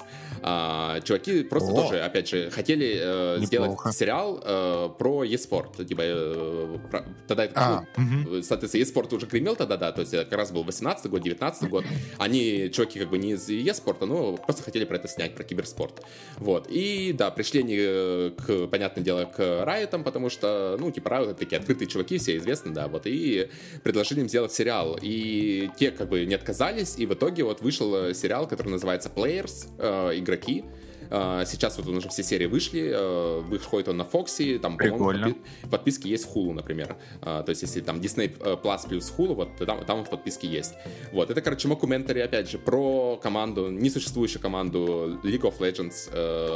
А, чуваки просто О, тоже, опять же, хотели э, сделать сериал э, про e-спорт, типа, э, про, тогда это, а, ну, угу. соответственно, e-спорт уже гремел тогда, да, то есть это как раз был восемнадцатый год, девятнадцатый год, они, чуваки, как бы не из e-спорта, но просто хотели про это снять, про киберспорт. Вот. И да, пришли они, к, понятное дело, к Riot'ам, потому что, ну, типа, Riot — это такие открытые чуваки, все известны, да, вот, и предложили им сделать сериал. И те, как бы, не отказались, и в итоге вот вышел сериал, который называется Players, э, игроки. Сейчас вот уже все серии вышли, выходит он на Fox, там, по-моему, в подписке есть Hulu, например. То есть, если там Disney Plus плюс Hulu, вот там, там в подписке есть. Вот, это, короче, мокументари, опять же, про команду, несуществующую команду League of Legends.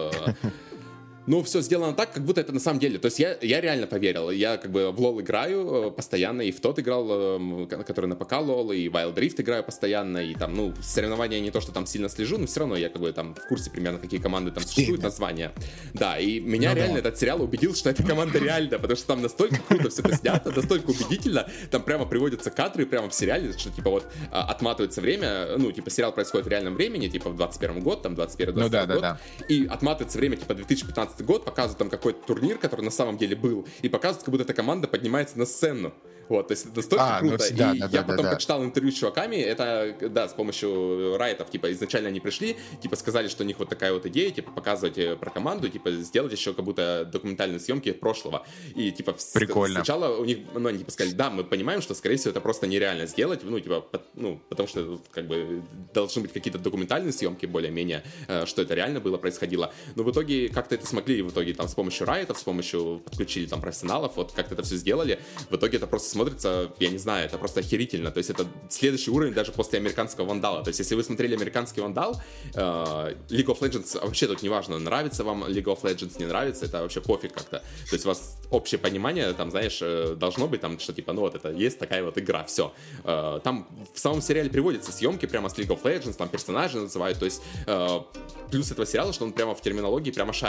Ну, все сделано так, как будто это на самом деле. То есть я, я реально поверил. Я как бы в лол играю постоянно, и в тот играл, который на ПК лол, и Wild Rift играю постоянно, и там, ну, соревнования не то, что там сильно слежу, но все равно я как бы там в курсе примерно, какие команды там существуют, названия. Да, и меня ну, реально да. этот сериал убедил, что эта команда реальна, потому что там настолько круто все это снято, настолько убедительно, там прямо приводятся кадры прямо в сериале, что типа вот отматывается время, ну, типа сериал происходит в реальном времени, типа в двадцать первом год, там двадцать первый двадцать второй ну, да, год, да, да. и отматывается время типа две тысячи пятнадцатый год, показывают там какой-то турнир, который на самом деле был, и показывают, как будто эта команда поднимается на сцену. Вот, то есть это настолько а, круто. Ну, да, и да, я да, потом да, почитал да. интервью с чуваками, это, да, с помощью Riot'ов, типа, изначально они пришли, типа, сказали, что у них вот такая вот идея, типа, показывать про команду, типа, сделать еще как будто документальные съемки прошлого. И, типа, Прикольно. сначала у них, ну, они, типа, сказали, да, мы понимаем, что, скорее всего, это просто нереально сделать, ну, типа, по, ну, потому что, как бы, должны быть какие-то документальные съемки, более-менее, что это реально было, происходило. Но в итоге как-то это смогли, в итоге, там, с помощью Riot'ов, с помощью, подключили, там, профессионалов, вот, как-то это все сделали. В итоге это просто смотрится, я не знаю, это просто охерительно. То есть это следующий уровень даже после американского Вандала. То есть если вы смотрели американский Вандал, э, League of Legends, вообще тут не важно, нравится вам League of Legends, не нравится, это вообще пофиг как-то. То есть у вас общее понимание, там, знаешь, должно быть, там, что типа, ну вот это есть такая вот игра, все. Э, там в самом сериале приводятся съемки прямо с League of Legends, там персонажи называют, то есть э, плюс этого сериала, что он прямо в терминологии прямо шарит. То есть, опять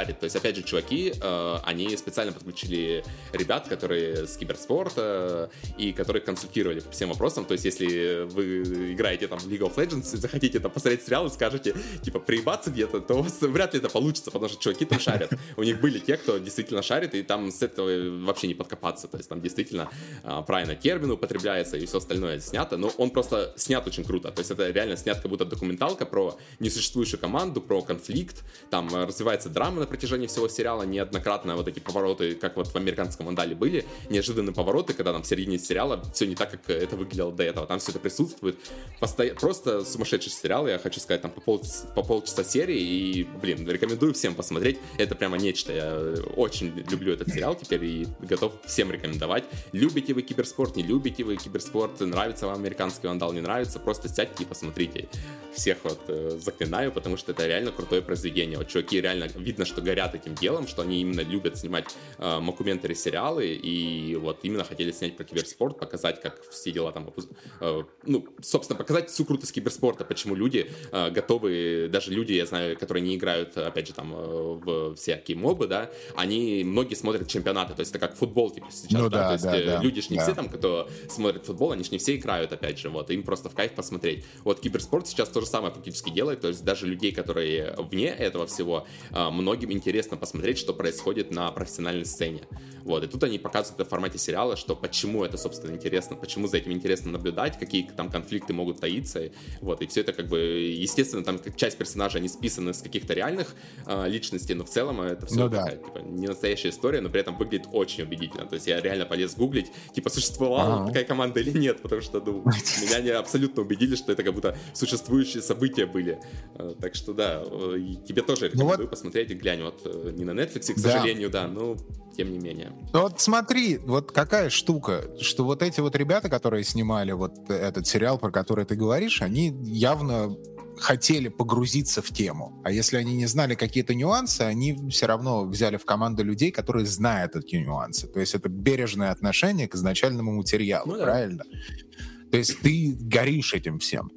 опять же, чуваки, э, они специально подключили ребят, которые с киберспорта и которые консультировали по всем вопросам. То есть, если вы играете там в League of Legends и захотите там посмотреть сериал и скажете, типа, приебаться где-то, то у вас вряд ли это получится, потому что чуваки там шарят. У них были те, кто действительно шарит, и там с этого вообще не подкопаться. То есть, там действительно э, правильно термин употребляется и все остальное снято. Но он просто снят очень круто. То есть, это реально снят как будто документалка про несуществующую команду, про конфликт. Там развивается драма на протяжении всего сериала, неоднократно вот эти повороты, как вот в американском «Вандале» были, неожиданные повороты, когда там в середине сериала все не так, как это выглядело до этого. Там все это присутствует. Посто... Просто сумасшедший сериал, я хочу сказать, там по, пол... по полчаса серии, и, блин, рекомендую всем посмотреть. Это прямо нечто. Я очень люблю этот сериал теперь и готов всем рекомендовать. Любите вы киберспорт, не любите вы киберспорт, нравится вам американский «Вандал», не нравится, просто сядьте и посмотрите. Всех вот э, заклинаю, потому что это реально крутое произведение. Вот чуваки реально видно, что горят этим делом, что они именно любят снимать э, мокументари, сериалы, и вот именно хотели снять про киберспорт, показать, как все дела там, э, ну, собственно, показать всю крутость киберспорта, почему люди э, готовы, даже люди, я знаю, которые не играют, опять же, там, э, в всякие мобы, да, они, многие смотрят чемпионаты, то есть это как футбол, типа, сейчас, ну, да, да, то есть да, э, да, люди ж не да. все там, кто смотрит футбол, они ж не все играют, опять же, вот, им просто в кайф посмотреть. Вот киберспорт сейчас то же самое фактически делает, то есть даже людей, которые вне этого всего, многим интересно посмотреть, что происходит на профессиональной сцене. Вот, и тут они показывают это в формате сериала, что почему это, собственно, интересно, почему за этим интересно наблюдать, какие там конфликты могут таиться, вот, и все это как бы, естественно, там как часть персонажей, они списаны с каких-то реальных э, личностей, но в целом это все ну, такая, да. типа, не настоящая история, но при этом выглядит очень убедительно, то есть я реально полез гуглить, типа, существовала ага. такая команда или нет, потому что, ну, меня они абсолютно убедили, что это как будто существующие события были, так что, да, тебе тоже рекомендую ну вот, посмотреть и глянь, вот, не на Netflix, к сожалению, да, да, но тем не менее. Вот смотри, вот какая штука, что вот эти вот ребята, которые снимали вот этот сериал, про который ты говоришь, они явно хотели погрузиться в тему. А если они не знали какие-то нюансы, они все равно взяли в команду людей, которые знают эти нюансы. То есть это бережное отношение к изначальному материалу, ну, правильно? Да. То есть ты горишь этим всем.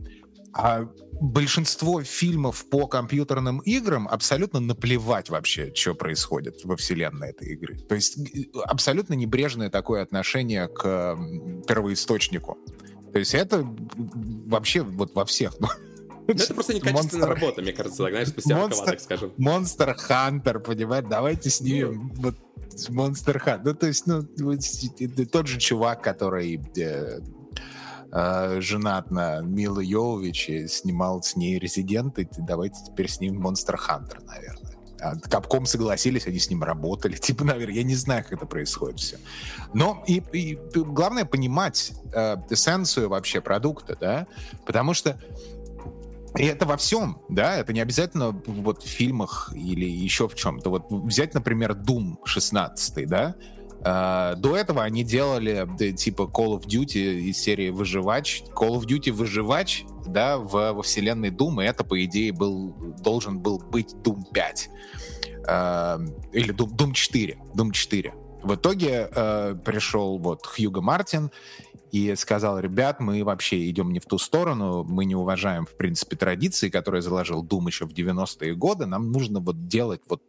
А большинство фильмов по компьютерным играм абсолютно наплевать вообще, что происходит во вселенной этой игры. То есть абсолютно небрежное такое отношение к первоисточнику. То есть это вообще вот во всех... Ну, это просто некачественная Monster... работа, мне кажется, знаешь, спустя Monster... рукава, так скажем. Monster Hunter, понимаете? Давайте снимем вот Monster Hunter. Ну, то есть, ну, тот же чувак, который... женат на Миле Йовович и снимал с ней «Резиденты», давайте теперь снимем «Монстр Хантер», наверное. Капком согласились, они с ним работали. Типа, наверное, я не знаю, как это происходит все. Но и, и главное понимать э, эссенцию вообще продукта, да, потому что и это во всем, да, это не обязательно вот в фильмах или еще в чем-то. Вот взять, например, Doom шестнадцать, да, Uh, до этого они делали да, типа Call of Duty из серии «Выживач». Call of Duty «Выживач», да, в, во вселенной Doom, и это, по идее, был, должен был быть Doom пять. Uh, или Doom, Doom четыре. Doom четыре. В итоге uh, пришел вот Хьюго Мартин и сказал: ребят, мы вообще идем не в ту сторону, мы не уважаем, в принципе, традиции, которые заложил Doom еще в девяностые годы, нам нужно вот делать вот...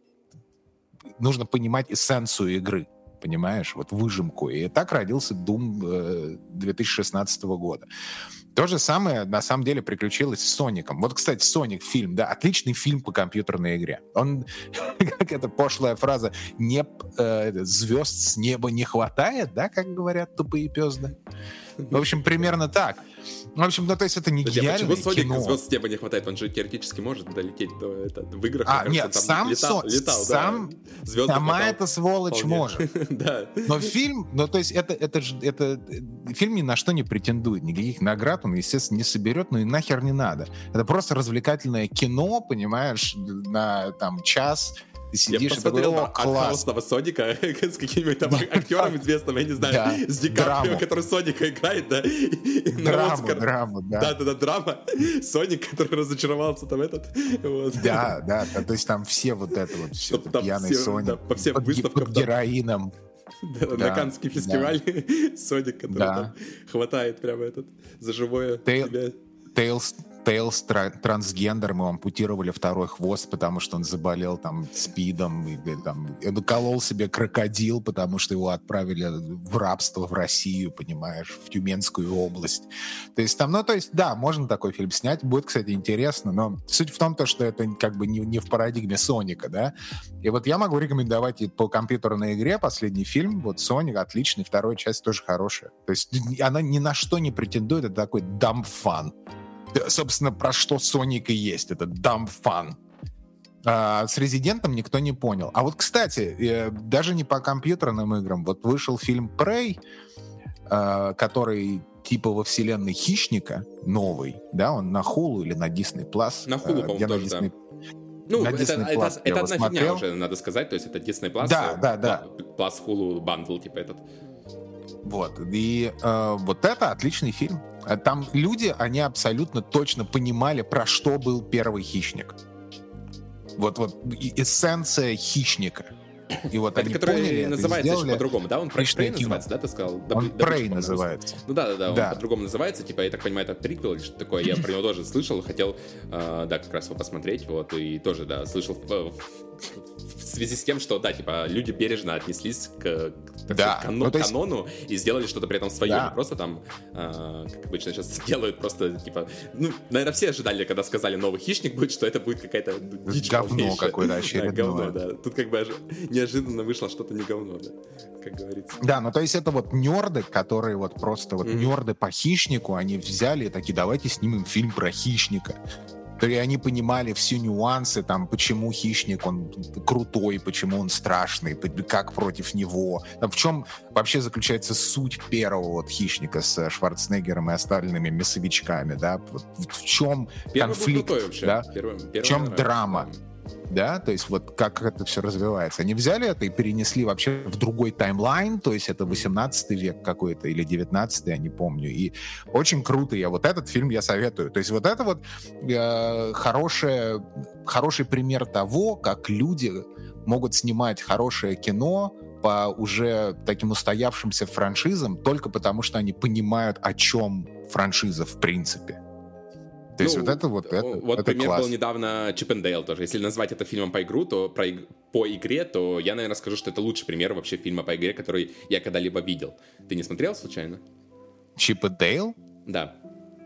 Нужно понимать эссенцию игры. Понимаешь, вот выжимку. И так родился Doom э, две тысячи шестнадцатого года. То же самое, на самом деле, приключилось с Соником. Вот, кстати, Соник фильм, да, отличный фильм по компьютерной игре. Он, как эта пошлая фраза, не, э, звезд с неба не хватает, да, как говорят тупые пёзды. В общем, примерно так. В общем, ну, то есть это не гениальное кино. Почему Соник звезд с неба не хватает? Он же теоретически может долететь до это, в играх. А, нет, кажется, сам, летал, со... летал, сам да. сама хватал. Эта сволочь вполне. Может. Да. Но фильм, ну, то есть это, это же, это, фильм ни на что не претендует, никаких наград он, естественно, не соберет, но и нахер не надо. Это просто развлекательное кино, понимаешь, на там час... Ты сидишь я посмотрел и такой: о, класс. Артхаусного Соника с какими-нибудь там актером известным, я не знаю, да. с Ди Каприо, который Соника играет, да. Драму, драму, да. Да-да-да, драма. Соник, который разочаровался там этот. Вот. Да, да, да, то есть там все вот это вот, все это пьяный все, Соник. Да, по всем под, выставкам. Под героином. Да, да, на Каннский фестиваль. Да. Соник, который да. там хватает прямо этот за живое Тейл, тебя. Тейлз, Тейлз тра- трансгендер, ему ампутировали второй хвост, потому что он заболел там спидом, или там наколол себе крокодил, потому что его отправили в рабство в Россию, понимаешь, в Тюменскую область. То есть там, ну, то есть, да, можно такой фильм снять, будет, кстати, интересно, но суть в том, то, что это как бы не, не в парадигме Соника, да, и вот я могу рекомендовать и по компьютерной игре последний фильм, вот Соник отличный, вторая часть тоже хорошая. То есть она ни на что не претендует, это такой dumb fun. Собственно, про что Соник и есть, это dumb fun. А с Резидентом никто не понял. А вот, кстати, э, даже не по компьютерным играм, вот вышел фильм Prey, э, который типа во вселенной Хищника, новый, да, он на Hulu или на Disney Plus. На Hulu, э, по-моему, тоже, Disney... да. Ну, на это, Disney это, Plus это, это одна смотрел. фигня уже, надо сказать, то есть это Disney Plus, да, да, да. Plus Hulu Bundle, типа этот. Вот, и э, вот это отличный фильм. Там люди, они абсолютно точно понимали, про что был первый «Хищник». Вот, вот эссенция «Хищника». И вот это они который поняли, называется это еще по-другому, да? Он Prey называется, да, ты сказал? Он Prey называется. Ну да, да, да, он да. по-другому называется, типа, я так понимаю, это приквел или что-то такое, я про него тоже слышал, хотел, э, да, как раз его посмотреть, вот, и тоже, да, слышал в, в, в связи с тем, что, да, типа, люди бережно отнеслись к, к да. кан- ну, есть... канону и сделали что-то при этом свое, да. не просто там, э, как обычно сейчас делают, просто, типа, ну, наверное, все ожидали, когда сказали «Новый Хищник» будет, что это будет какая-то дичь говно какое-то очередное. Да, говно, да. Тут как бы неожиданно вышло что-то не говно, да, как говорится. Да, ну то есть это вот нерды, которые вот просто вот mm-hmm. нерды по Хищнику, они взяли и такие, давайте снимем фильм про Хищника. То есть они понимали все нюансы, там, почему Хищник, он крутой, почему он страшный, как против него. Там, в чем вообще заключается суть первого вот Хищника с Шварценеггером и остальными мясовичками, да? В чем первый конфликт, да? Первый, первый в чем нравится, драма? Да. Да, то есть вот как это все развивается. Они взяли это и перенесли вообще в другой таймлайн, то есть это восемнадцатый век какой-то или девятнадцатый, я не помню. И очень круто, я вот этот фильм я советую. То есть вот это вот э, хорошее, хороший пример того, как люди могут снимать хорошее кино по уже таким устоявшимся франшизам только потому, что они понимают, о чем франшиза в принципе. То есть ну, вот это вот это, вот это пример класс. был недавно Чип энд Дейл тоже. Если назвать это фильмом по игру, то про, по игре, то я, наверное, скажу, что это лучший пример вообще фильма по игре, который я когда-либо видел. Ты не смотрел случайно? Чип и Дейл? Да.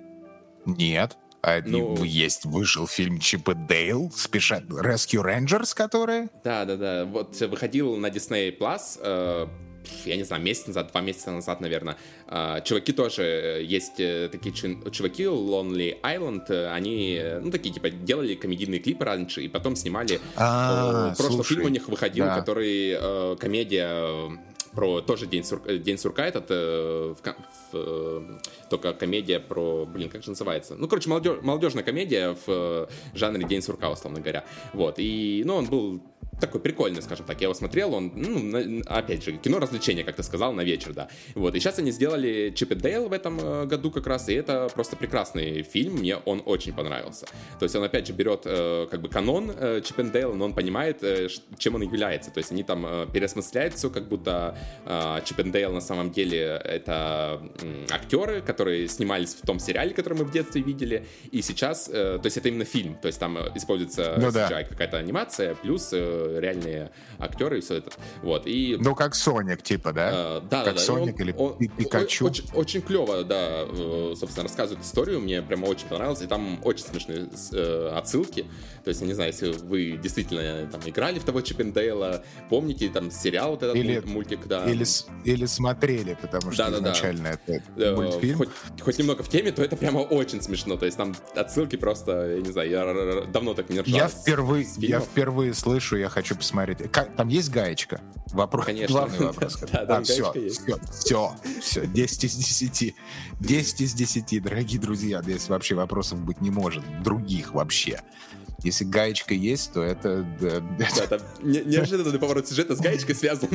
Нет. А ну... есть, вышел фильм Чип и Дейл, спешат Rescue Rangers, которые? Да, да, да. Вот выходил на Disney Plus. Э- я не знаю, месяц назад, два месяца назад, наверное. Чуваки тоже, есть такие чуваки, Lonely Island, они, ну, такие, типа, делали комедийные клипы раньше, и потом снимали... А, прошлый слушай, фильм у них выходил, да. который комедия... про тоже День сурка, День сурка этот, э, в, в, только комедия про, блин, как же называется? Ну, короче, молодеж, молодежная комедия в э, жанре День сурка, условно говоря. Вот, и, ну, он был такой прикольный, скажем так. Я его смотрел, он, ну, на, опять же, кино-развлечение, как ты сказал, на вечер, да. Вот, и сейчас они сделали Чип и Дейл в этом э, году как раз, и это просто прекрасный фильм, мне он очень понравился. То есть он, опять же, берет, э, как бы, канон э, Чип и Дейл, но он понимает, э, чем он является. То есть они там э, переосмысляют все, как будто э, Чип и Дейл на самом деле это э, актеры, которые снимались в том сериале, который мы в детстве видели, и сейчас, э, то есть это именно фильм, то есть там используется ну, си джи да. ай, какая-то анимация, плюс э, реальные актеры и все это. Вот, и... Ну, как Соник, типа, да? Э, да, как да, Соник он, или он, Пикачу. Очень, очень клево, да, собственно, рассказывает историю, мне прямо очень понравилось, и там очень смешные э, отсылки, то есть, я не знаю, если вы действительно там играли в того Чип и Дейла, помните, там, сериал вот этот или, мультик, да. Или, или смотрели, потому что да, изначально да, да. это мультфильм. Хоть, хоть немного в теме, то это прямо очень смешно, то есть там отсылки просто, я не знаю, я давно так не ржал. Я впервые, я впервые слышу, я хочу посмотреть. Там есть гаечка? Вопрос. Конечно. Главный вопрос. Да, а, все, все, все, все, десять из десяти. десять из десяти, дорогие друзья. Здесь вообще вопросов быть не может. Других вообще. Если гаечка есть, то это... Да, там неожиданный поворот сюжета с гаечкой связан.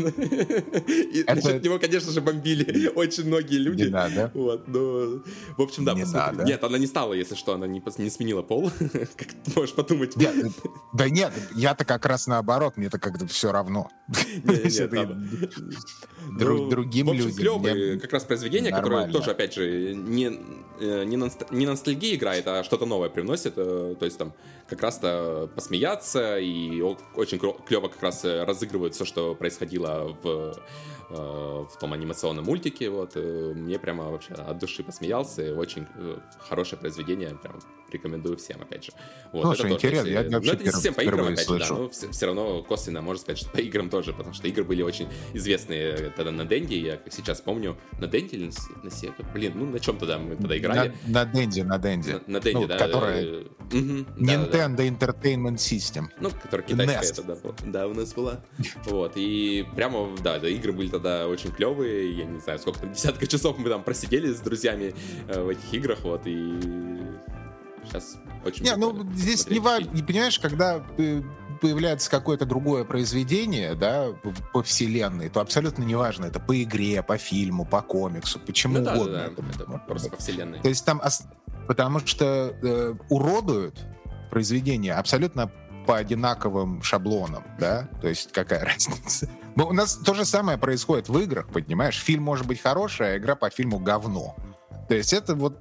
И насчет него, конечно же, бомбили очень многие люди. Не надо. Вот, но... В общем, да, не надо. Нет, она не стала, если что, она не, не сменила пол. Как ты можешь подумать. Нет, да нет, я-то как раз наоборот, мне-то как-то все равно. Не, не, там... друг, ну, другим в общем, людям. клевые как раз произведения, нормально. которые тоже, опять же, не, не, на, не на ностальгии играет, а что-то новое привносит. То есть там как раз-то посмеяться, и очень клево как раз разыгрывают все, что происходило в, в том анимационном мультике. Вот. Мне прямо вообще от души посмеялся. Очень хорошее произведение, прям рекомендую всем, опять же. Вот, Слушай, это интересно, тоже, я, если... я Но это не совсем по играм, опять слышу. же, да, но все, все равно косвенно можно сказать, что по играм тоже, потому что игры были очень известные тогда на Денди, я как сейчас помню, на Денди или на Sega? Блин, ну на чем тогда мы тогда играли? На, на Денди, на Денди. На, на Денди, ну, да. Которая... Угу, Nintendo да, да. Entertainment System. Ну, которая китайская Nest. тогда была. Да, у нас была. Вот, и прямо, да, да, игры были тогда очень клевые, я не знаю, сколько там, десятка часов мы там просидели с друзьями э, в этих играх, вот, и сейчас очень... Не, ну, здесь не важно, не понимаешь, когда появляется какое-то другое произведение, да, по вселенной, то абсолютно неважно, это по игре, по фильму, по комиксу, почему ну, да, угодно. Да, да, это, это просто по вселенной. То есть там, потому что э, уродуют произведения абсолютно по одинаковым шаблонам, да, то есть какая разница. Но у нас то же самое происходит в играх, понимаешь, фильм может быть хороший, а игра по фильму говно. То есть это вот...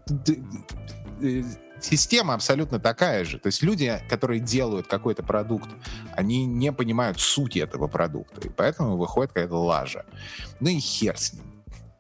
Система абсолютно такая же. То есть люди, которые делают какой-то продукт, они не понимают сути этого продукта. И поэтому выходит какая-то лажа. Ну и хер с ним.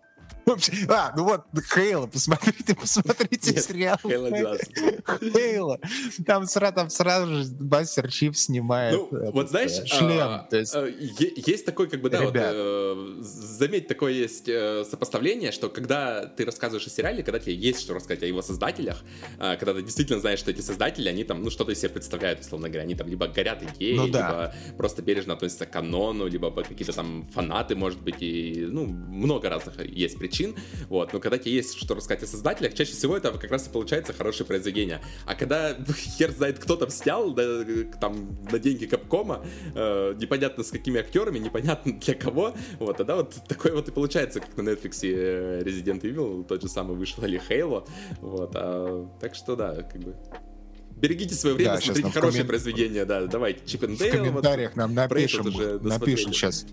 А, ну вот, Хейла, посмотрите, посмотрите Нет, сериал. Хейла, Хейла. Там, там сразу же Мастер Чиф снимает ну, этот, вот знаешь, шлем. А, то есть... есть такой, как бы, да, вот, э, заметь, такое есть э, сопоставление, что когда ты рассказываешь о сериале, когда тебе есть что рассказать о его создателях, э, когда ты действительно знаешь, что эти создатели, они там, ну, что-то из себя представляют, условно говоря, они там либо горят идеей, ну, да. либо просто бережно относятся к канону, либо какие-то там фанаты, может быть, и, ну, много разных есть причин. Вот, но когда тебе есть что рассказать о создателях, чаще всего это как раз и получается хорошее произведение. А когда хер знает, кто там снял, да, там на деньги Капкома, э, непонятно с какими актерами, непонятно для кого, вот, тогда вот такое вот и получается, как на Netflix Resident Evil, тот же самый вышел, или Halo, вот, а, так что да, как бы... Берегите свое время, да, смотрите хорошие коммен... произведения, да, давайте, Чип энд Дейл. В комментариях вот, нам напишем, напишем сейчас.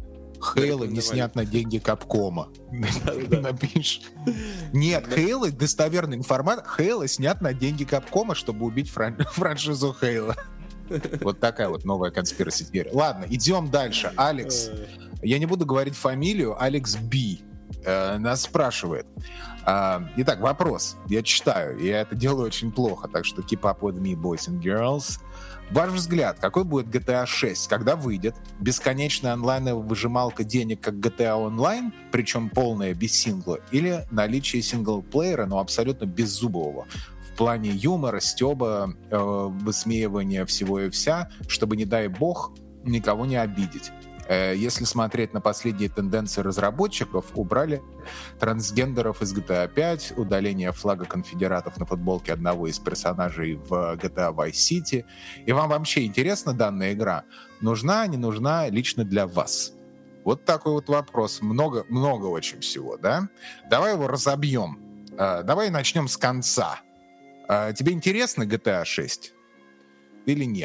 Хейла не снят на деньги Капкома. Напишешь. Нет, Хейла, достоверная информация, Хейла снят на деньги Капкома, чтобы убить франшизу Хейла. Вот такая вот новая конспираси теория. Ладно, идем дальше. Алекс. Я не буду говорить фамилию. Алекс Би нас спрашивает. Итак, вопрос. Я читаю, и я это делаю очень плохо, так что keep up with me, boys and girls. Ваш взгляд, какой будет джи ти эй шесть, когда выйдет? Бесконечная онлайновая выжималка денег, как джи ти эй Online, причем полная, без сингла, или наличие синглплеера, но абсолютно беззубового, в плане юмора, стёба, э, высмеивания всего и вся, чтобы, не дай бог, никого не обидеть. Если смотреть на последние тенденции разработчиков, убрали трансгендеров из джи ти эй пять, удаление флага конфедератов на футболке одного из персонажей в джи ти эй Vice City. И вам вообще интересна данная игра? Нужна, не нужна лично для вас? Вот такой вот вопрос. Много, много очень всего, да? Давай его разобьем. Давай начнем с конца. Тебе интересно джи ти эй шесть? Или нет?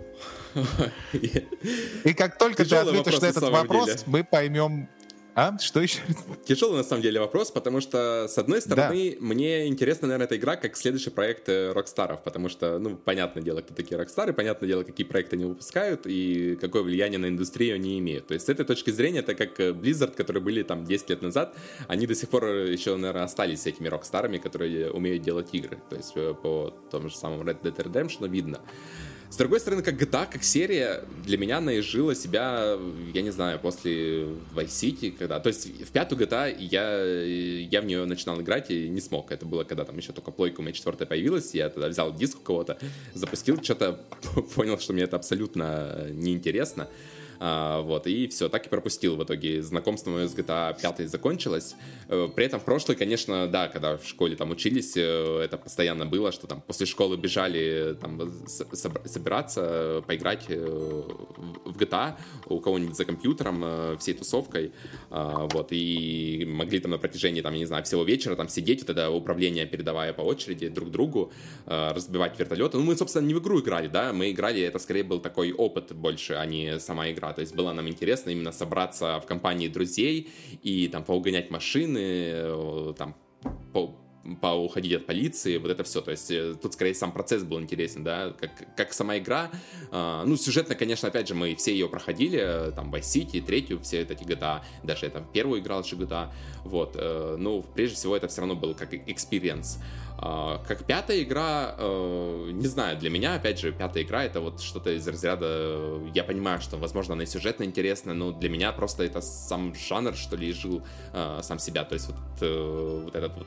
И как только Тяжелый ты ответишь на этот вопрос, деле. мы поймем... А? Что еще? Тяжелый, на самом деле, вопрос, потому что, с одной стороны, да. мне интересна, наверное, эта игра как следующий проект Рокстаров, потому что, ну, понятное дело, кто такие Рокстары, понятное дело, какие проекты они выпускают и какое влияние на индустрию они имеют. То есть, с этой точки зрения, это как Blizzard, которые были там десять лет назад, они до сих пор еще, наверное, остались этими Рокстарами, которые умеют делать игры. То есть, по тому же самому Red Dead Redemption видно. С другой стороны, как джи ти эй, как серия, для меня наизжила себя, я не знаю, после Vice City, когда... То есть в пятую джи ти эй я, я в нее начинал играть и не смог. Это было, когда там еще только плойка у меня четвертая появилась, я тогда взял диск у кого-то, запустил, что-то понял, что мне это абсолютно неинтересно. А, вот, и все, так и пропустил. В итоге знакомство мое с джи ти эй пять закончилось. При этом в прошлый, конечно, да, когда в школе там учились, это постоянно было, что там после школы бежали там собираться, поиграть в джи ти эй у кого-нибудь за компьютером, всей тусовкой. Вот, и могли там на протяжении, там, я не знаю, всего вечера там сидеть, вот это управление передавая по очереди друг другу, разбивать вертолеты. Ну, мы, собственно, не в игру играли, да, мы играли, это скорее был такой опыт больше, а не сама игра. то есть было нам интересно именно собраться в компании друзей и там поугонять машины, там, по поуходить от полиции, вот это все, то есть тут скорее сам процесс был интересен, да, как, как сама игра, э, ну, сюжетно, конечно, опять же, мы все ее проходили, там, Vice City, третью, все эти джи ти эй, даже я там первую играл еще джи ти эй, вот, э, ну, прежде всего, это все равно был как experience. Uh, как пятая игра, uh, не знаю, для меня, опять же, пятая игра это вот что-то из разряда, я понимаю, что, возможно, она и сюжетно интересна, но для меня просто это сам жанр, что ли, жил uh, сам себя, то есть вот, uh, вот этот вот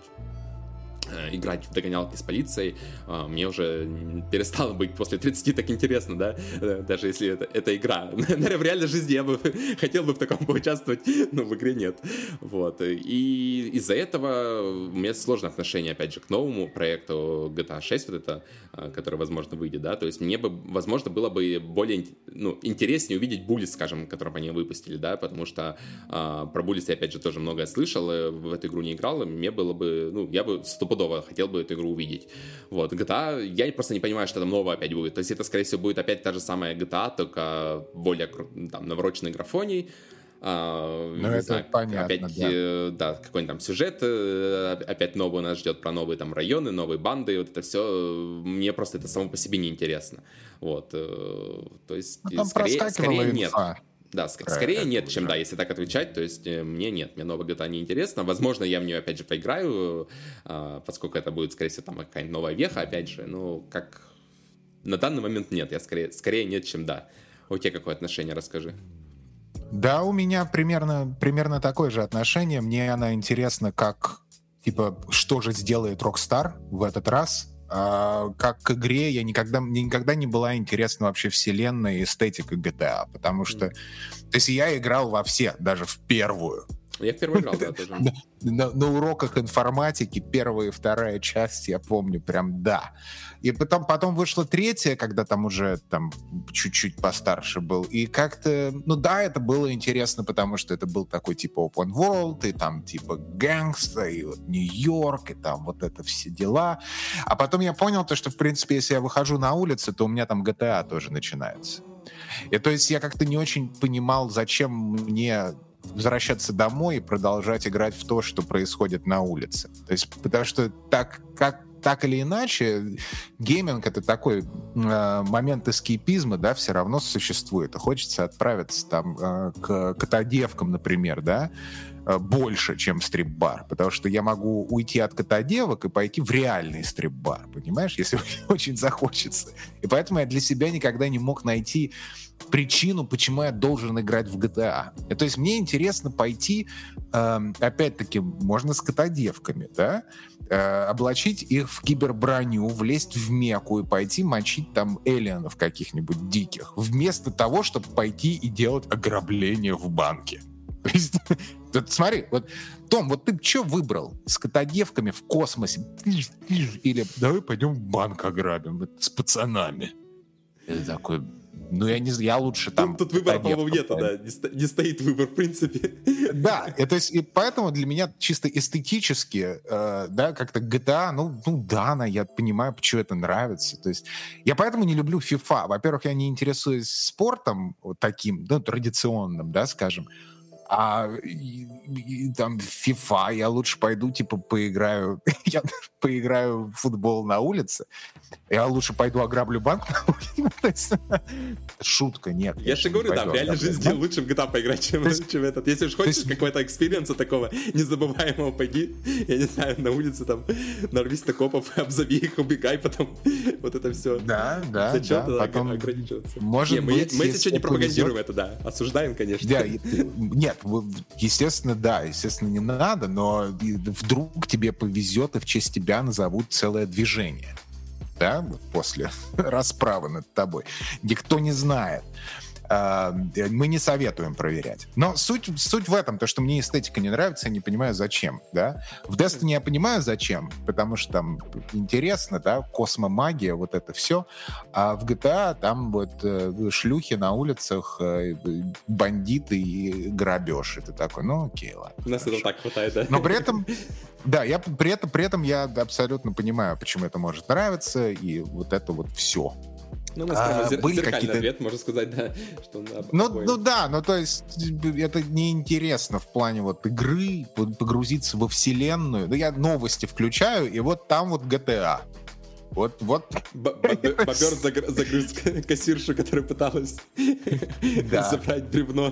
играть в догонялки с полицией мне уже перестало быть после тридцати так интересно, да, даже если это, это игра. Наверное, в реальной жизни я бы хотел бы в таком поучаствовать, но в игре нет. Вот. И из-за этого у меня сложное отношение, опять же, к новому проекту джи ти эй шесть, вот это, который, возможно, выйдет, да, то есть мне бы, возможно, было бы более, ну, интереснее увидеть Bullets, скажем, который они выпустили, да, потому что а, про Bullets я, опять же, тоже многое слышал, в эту игру не играл, и мне было бы, ну, я бы стопудово хотел бы эту игру увидетить. Вот, джи ти эй, я просто не понимаю, что там новое опять будет. То есть это, скорее всего, будет опять та же самая джи ти эй, только более там навороченной графонией. А, ну, это знаю, понятно, опять, да. э, да, какой-нибудь там сюжет, э, опять новый нас ждет про новые там районы, новые банды, вот это все, мне просто это само по себе неинтересно. Вот, э, то есть, ну, скорее, скорее нет. Инфа. Да, ск- скорее нет, чем да, если так отвечать, то есть э, мне нет, мне новая джи ти эй не интересна, возможно, я в нее опять же поиграю, э, поскольку это будет, скорее всего, там какая-нибудь новая веха, опять же, ну, как на данный момент нет, я скорее, скорее нет, чем да. У тебя какое отношение, расскажи. Да, у меня примерно, примерно такое же отношение, мне она интересна как, типа, что же сделает Rockstar в этот раз. Uh, как к игре я никогда, мне никогда не была интересна вообще вселенная и эстетика джи ти эй, потому что, mm. то есть я играл во все, даже в первую. Я в первую играл, да, тоже. на, на, на уроках информатики первая и вторая часть, я помню, прям да. И потом, потом вышла третья, когда там уже там чуть-чуть постарше был. И как-то, ну да, это было интересно, потому что это был такой типа open world, и там типа гэнгста, и вот Нью-Йорк, и там вот это все дела. А потом я понял то, что, в принципе, если я выхожу на улицу, то у меня там джи ти эй тоже начинается. И то есть я как-то не очень понимал, зачем мне возвращаться домой и продолжать играть в то, что происходит на улице. То есть, потому что так, как, так или иначе, гейминг — это такой э, момент эскейпизма, да, все равно существует. И хочется отправиться там э, к котодевкам, например, да, э, больше, чем в стрип-бар. Потому что я могу уйти от котодевок и пойти в реальный стрип-бар, понимаешь, если очень захочется. И поэтому я для себя никогда не мог найти причину, почему я должен играть в джи ти эй. И, то есть мне интересно пойти, э, опять-таки, можно с котодевками, да, э, облачить их в киберброню, влезть в меку и пойти мочить там эллиенов каких-нибудь диких, вместо того, чтобы пойти и делать ограбление в банке. То есть, вот смотри, вот, Том, вот ты что выбрал? С котодевками в космосе? Или давай пойдем в банк ограбим с пацанами? Это такой... Ну, я не знаю, я лучше там... Тут, тут выбора, по-моему, нету, да, не, sto- не стоит выбор, в принципе. Да, и, то есть, и поэтому для меня чисто эстетически, э, да, как-то джи ти эй, ну, ну да, она, я понимаю, почему это нравится. То есть я поэтому не люблю FIFA. Во-первых, я не интересуюсь спортом вот таким, ну, традиционным, да, скажем. А и, и, там FIFA я лучше пойду, типа, поиграю, я поиграю в футбол на улице. Я лучше пойду ограблю банк на улице. Шутка, нет. Я же говорю, да, в реальной жизни лучше в джи ти эй поиграть, чем, есть, чем этот. Если уж хочешь есть... какого-то экспириенса такого незабываемого, пойди, я не знаю, на улице там нарвись на копов, обзови их, убегай, потом вот это все. Да, да, Зачем да. Потом... ограничиваться? Может не, быть, мы, мы сейчас не пропагандируем повезет... это, да. Осуждаем, конечно. Да, нет, естественно, да, естественно, не надо, но вдруг тебе повезет, и в честь тебя назовут целое движение. Да, после расправы над тобой. Никто не знает. Мы не советуем проверять. Но суть, суть в этом, то, что мне эстетика не нравится, я не понимаю, зачем, да. В Destiny я понимаю, зачем, потому что там интересно, да, космомагия, вот это все, а в джи ти эй там вот шлюхи на улицах, бандиты и грабеж. Это такой, ну окей, ладно. У нас этого так хватает, да? Но при этом, да, я при этом, при этом я абсолютно понимаю, почему это может нравиться, и вот это вот все. Ну, у нас а, прямо зер- были зеркальный какие-то... ответ, можно сказать, да. Что он об- Ну, обоим. ну да, ну то есть это неинтересно в плане вот игры, погрузиться во вселенную. Ну я новости включаю, и вот там вот джи ти эй. Вот, вот. Бобер загрыз кассиршу, которая пыталась забрать бревно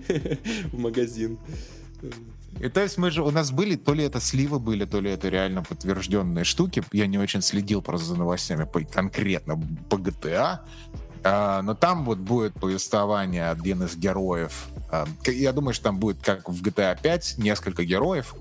в магазин. И то есть мы же, у нас были, то ли это сливы были, то ли это реально подтвержденные штуки. Я не очень следил просто за новостями по, конкретно по джи ти эй. А, но там вот будет повествование один из героев. А, я думаю, что там будет, как в джи ти эй пять, несколько героев.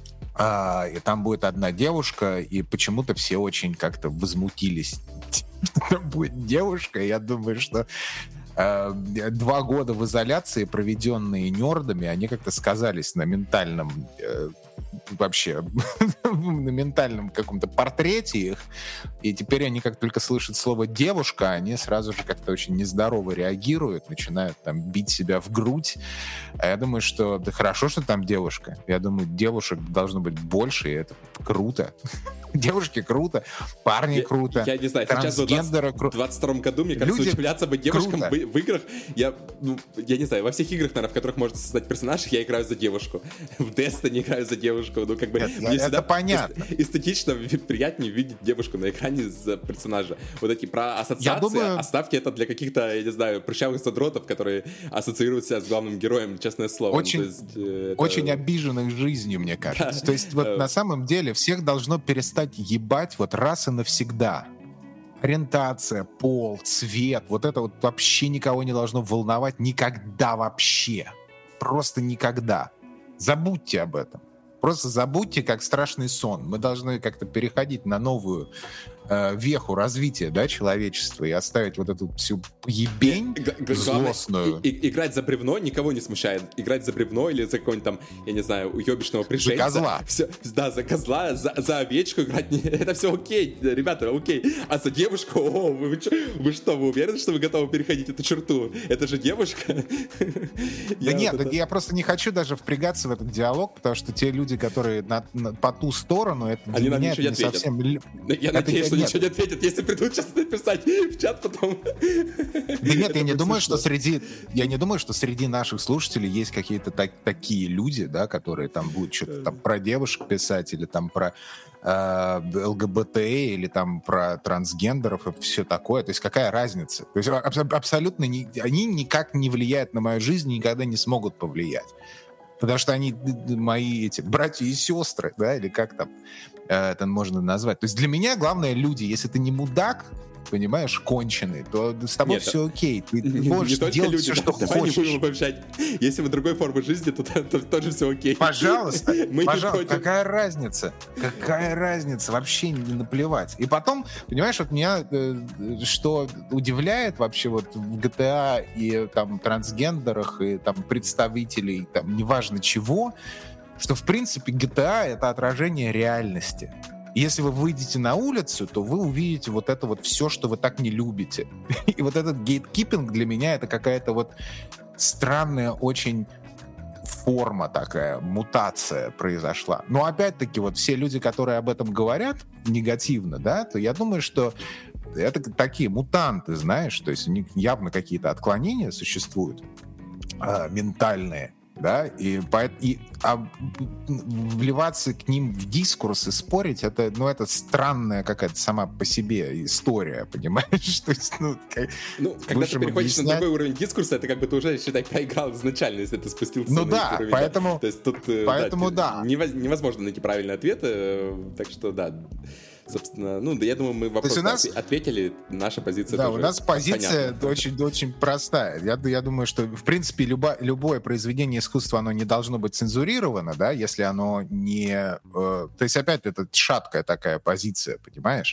А, и там будет одна девушка, и почему-то все очень как-то возмутились. Там будет девушка, и я думаю, что э, два года в изоляции, проведенные нердами, они как-то сказались на ментальном э, вообще на ментальном каком-то портрете их, и теперь они как только слышат слово «девушка», они сразу же как-то очень нездорово реагируют, начинают там бить себя в грудь. А я думаю, что да хорошо, что там девушка. Я думаю, девушек должно быть больше, и это круто. Девушки круто, парни я, круто, я не знаю, сейчас в двадцать втором году, мне кажется, люди удивляться бы девушкам в, в играх. Я, ну, я не знаю, во всех играх, наверное, в которых можно создать персонаж, я играю за девушку. В Destiny играю за девушку. Ну, как бы, Нет, мне это всегда понятно. Эстетично приятнее видеть девушку на экране за персонажа. Вот эти про ассоциации, думаю... оставьте это для каких-то, я не знаю, прыщавых задротов, которые ассоциируют себя с главным героем, честное слово. Очень, ну, есть, это... очень обиженных жизнью, мне кажется. То есть вот на самом деле всех должно перестать ебать вот раз и навсегда. Ориентация, пол, цвет, вот это вот вообще никого не должно волновать никогда вообще. Просто никогда. Забудьте об этом. Просто забудьте, как страшный сон. Мы должны как-то переходить на новую э, веху развития, да, человечества и оставить вот эту всю ебень Г- злостную. И, и, играть за бревно никого не смущает. Играть за бревно или за какого-нибудь там, я не знаю, уебищного пришельца. За козла. Все, да, за козла, за, за овечку играть. Не, это все окей, ребята, окей. А за девушку, о, вы, вы, вы что, вы уверены, что вы готовы переходить эту черту? Это же девушка. Да нет, я просто не хочу даже впрягаться в этот диалог, потому что те люди, которые по ту сторону, это для меня не совсем... Я надеюсь, что ничего не ответят, если придут сейчас написать в чат потом. Да нет, я не думаю, что среди, я не думаю, что среди наших слушателей есть какие-то так, такие люди, да, которые там будут что-то там про девушек писать или там про э, ЛГБТ или там про трансгендеров и все такое. То есть какая разница? То есть аб- абсолютно не, они никак не влияют на мою жизнь, никогда не смогут повлиять. Потому что они мои эти братья и сестры, да, или как там э, это можно назвать. То есть для меня главное люди, если ты не мудак, понимаешь, конченый, то с тобой Нет, все окей. Ты, ты не, можешь не делать люди, все, что давай хочешь. Не будем обобщать. Если вы другой формы жизни, то, то, то тоже все окей. Пожалуйста, Мы пожалуйста, какая разница? Какая разница? Вообще не наплевать. И потом, понимаешь, вот меня э, что удивляет вообще вот в джи ти эй и там трансгендерах, и там представителей, там, неважно чего, что, в принципе, джи ти эй — это отражение реальности. Если вы выйдете на улицу, то вы увидите вот это вот все, что вы так не любите. И вот этот гейткипинг для меня — это какая-то вот странная очень форма такая, мутация произошла. Но опять-таки вот все люди, которые об этом говорят негативно, да, то я думаю, что это такие мутанты, знаешь, то есть у них явно какие-то отклонения существуют, э, ментальные. Да, и, и а, вливаться к ним в дискурс и спорить, это, ну, это странная какая-то сама по себе история, понимаешь? То есть, ну, как, ну, когда ты переходишь объяснять... на другой уровень дискурса, это как бы ты уже, считай, проиграл изначально, если ты спустился ну, на да, уровень. поэтому, да, то есть тут поэтому да, да. невозможно найти правильный ответ, так что да. Собственно, ну, да, я думаю, мы вопрос нас... ответили, наша позиция да, тоже у нас позиция понятна. очень, очень простая. Я, я думаю, что, в принципе, любо, любое произведение искусства, оно не должно быть цензурировано, да, если оно не... Э, то есть, опять, это шаткая такая позиция, понимаешь?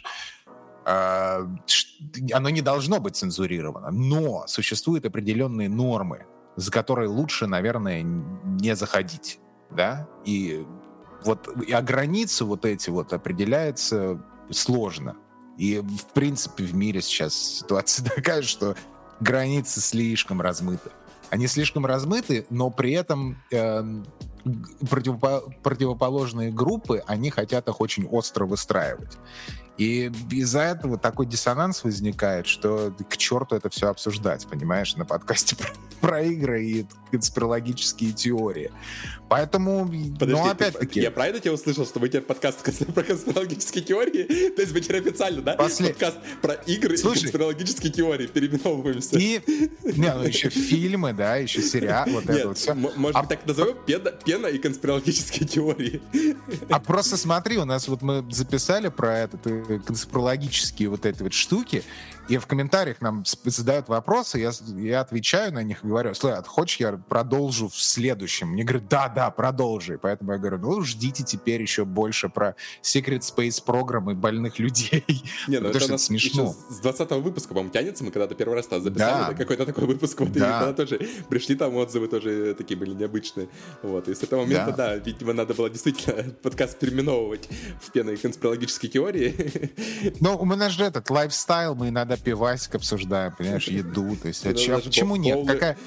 Э, оно не должно быть цензурировано, но существуют определенные нормы, за которые лучше, наверное, не заходить, да, и... Вот, а границы вот эти вот определяются сложно. И, в принципе, в мире сейчас ситуация такая, что границы слишком размыты. Они слишком размыты, но при этом э, противопо- противоположные группы, они хотят их очень остро выстраивать. И из-за этого такой диссонанс возникает, что к черту это все обсуждать, понимаешь, на подкасте про, про игры и конспирологические теории. Поэтому, подожди, ну, опять-таки... Я правильно тебя услышал, что мы теперь подкаст про конспирологические теории? То есть мы теперь официально, да? После... Подкаст про игры Слушай, и конспирологические теории переименовываемся. И, не, ну еще фильмы, да, еще сериал, вот Нет, это вот все. Может а... быть, так назовем? Пена, пена и конспирологические теории. А просто смотри, у нас вот мы записали про это, конспирологические вот эти вот штуки, и в комментариях нам задают вопросы, я, я отвечаю на них и говорю: слушай, а хочешь, я продолжу в следующем? Мне говорят: да, да, продолжи. Поэтому я говорю: ну, ждите теперь еще больше про Secret Space программы больных людей. Не, ну это, это у нас смешно. С двадцатого выпуска, по-моему, тянется, мы когда-то первый раз записали, да. Да, какой-то такой выпуск, вот, да. И тогда тоже пришли, там отзывы тоже такие были необычные. Вот, и с этого момента, да, да видимо, надо было действительно подкаст переименовывать в пену и конспирологические теории. Ну, у нас же этот лайфстайл, мы иногда пивасик обсуждаем, понимаешь, еду. То есть, а ч... почему нет? Какая...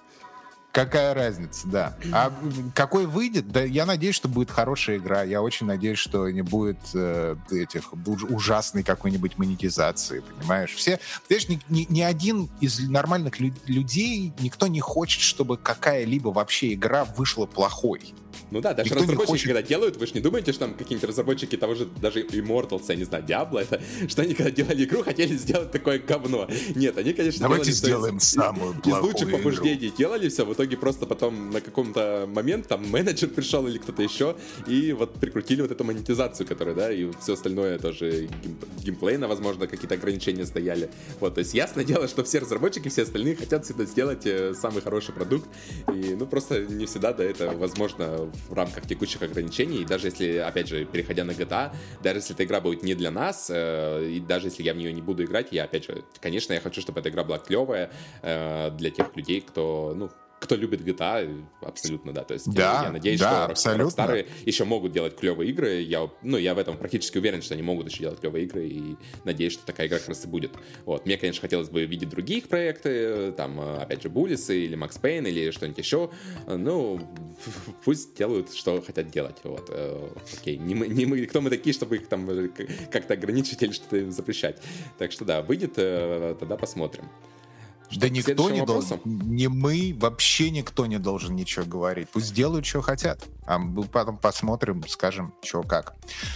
Какая разница, да. А какой выйдет? Да, я надеюсь, что будет хорошая игра. Я очень надеюсь, что не будет э, этих ужасной какой-нибудь монетизации, понимаешь? Все, знаешь, ни, ни, ни один из нормальных лю- людей, никто не хочет, чтобы какая-либо вообще игра вышла плохой. Ну да, даже никто разработчики, хочет... когда делают, вы же не думаете, что там какие-нибудь разработчики того же, даже Immortals, я не знаю, Diablo, это, что они когда делали игру, хотели сделать такое говно. Нет, они, конечно, Давайте делали... сделаем из, самую из плохую лучших игру. побуждений делали все, в итоге просто потом на каком-то момент там менеджер пришел или кто-то еще, и вот прикрутили вот эту монетизацию, которая, да, и все остальное тоже, гейм, геймплейно, возможно, какие-то ограничения стояли. Вот, то есть ясное дело, что все разработчики, все остальные хотят всегда сделать самый хороший продукт, и, ну, просто не всегда, да, это возможно в рамках текущих ограничений, и даже если, опять же, переходя на джи ти эй, даже если эта игра будет не для нас, э, и даже если я в нее не буду играть, я, опять же, конечно, я хочу, чтобы эта игра была клевая э, для тех людей, кто, ну, кто любит джи ти эй, абсолютно, да. То есть да, я надеюсь, да, что Rockstar еще могут делать клевые игры. Я, ну, я в этом практически уверен, что они могут еще делать клевые игры, и надеюсь, что такая игра как раз и будет. Вот. Мне, конечно, хотелось бы видеть других проекты, там, опять же, Буллисы или Макс Пейн или что-нибудь еще. Ну, пусть делают, что хотят делать. Вот. Окей, не мы, не мы, кто мы такие, чтобы их там как-то ограничивать или что-то им запрещать. Так что да, выйдет, тогда посмотрим. Что, да никто не должен, не мы, вообще никто не должен ничего говорить. Пусть делают, что хотят. А мы потом посмотрим, скажем, что как.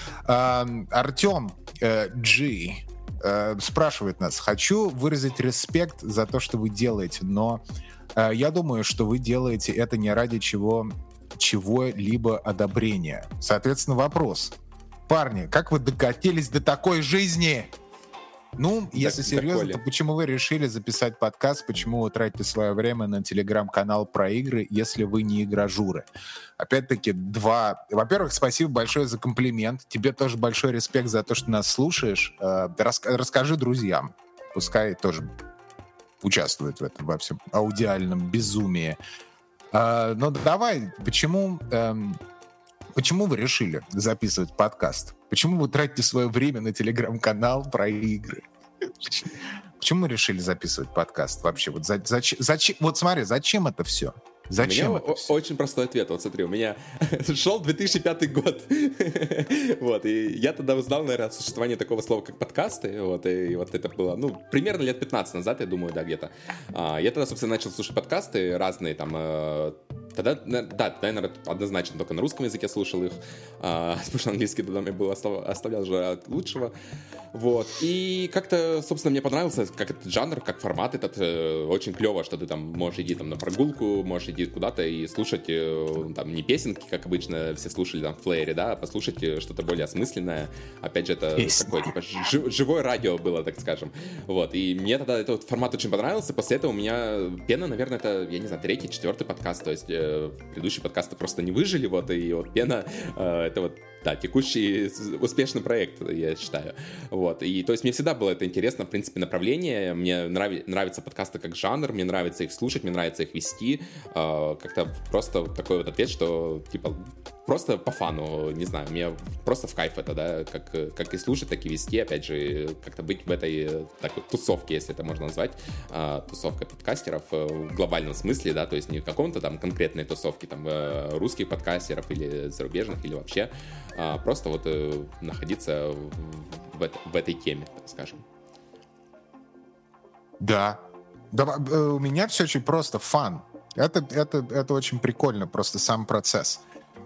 А, Артем э, G э, спрашивает нас: хочу выразить респект за то, что вы делаете, но э, я думаю, что вы делаете это не ради чего, чего-либо одобрения. Соответственно, вопрос. Парни, как вы докатились до такой жизни? Ну, если серьезно, то почему вы решили записать подкаст, почему вы тратите свое время на телеграм-канал про игры, если вы не игражуры? Опять-таки, два... Во-первых, спасибо большое за комплимент. Тебе тоже большой респект за то, что нас слушаешь. Рас... Расскажи друзьям. Пускай тоже участвуют в этом, во всем аудиальном безумии. Но давай, почему... Почему вы решили записывать подкаст? Почему вы тратите свое время на телеграм-канал про игры? Почему мы решили записывать подкаст вообще? Вот, за, зачем, зачем, вот смотри, зачем это все? Зачем у меня это все? Очень простой ответ. Вот смотри, у меня шел две тысячи пятый год. Вот, и я тогда узнал, наверное, о существовании такого слова, как подкасты. Вот, и вот это было, ну, примерно лет пятнадцать назад, я думаю, да, где-то. А, я тогда, собственно, начал слушать подкасты разные, там, э, тогда, да, наверное, однозначно только на русском языке слушал их, а, потому что английский тогда мне был, оставлял же от лучшего. Вот, и как-то, собственно, мне понравился, как этот жанр, как формат этот, э, очень клево, что ты там можешь идти там на прогулку, можешь идти куда-то и слушать там не песенки, как обычно все слушали там в плеере, да, а послушать что-то более осмысленное. Опять же, это Песня. такое типа жив, живое радио было, так скажем. Вот, и мне тогда этот формат очень понравился. После этого у меня Пена, наверное, это, я не знаю, третий, четвертый подкаст. То есть э, предыдущие подкасты просто не выжили, вот, и вот Пена э, это вот, да, текущий успешный проект, я считаю. Вот, и то есть мне всегда было это интересно, в принципе, направление. Мне нрав... нравятся подкасты как жанр, мне нравится их слушать, мне нравится их вести. Э, как-то просто такой вот ответ, что типа просто по фану, не знаю, мне просто в кайф это, да, как, как и слушать, так и вести, опять же, как-то быть в этой такой тусовке, если это можно назвать, э, тусовкой подкастеров в глобальном смысле, да, то есть не в каком-то там конкретной тусовке там русских подкастеров или зарубежных, или вообще, а просто вот э, находиться в, в, в этой теме, так скажем. Да. да у меня все очень просто, фан. Это, это, это очень прикольно, просто сам процесс.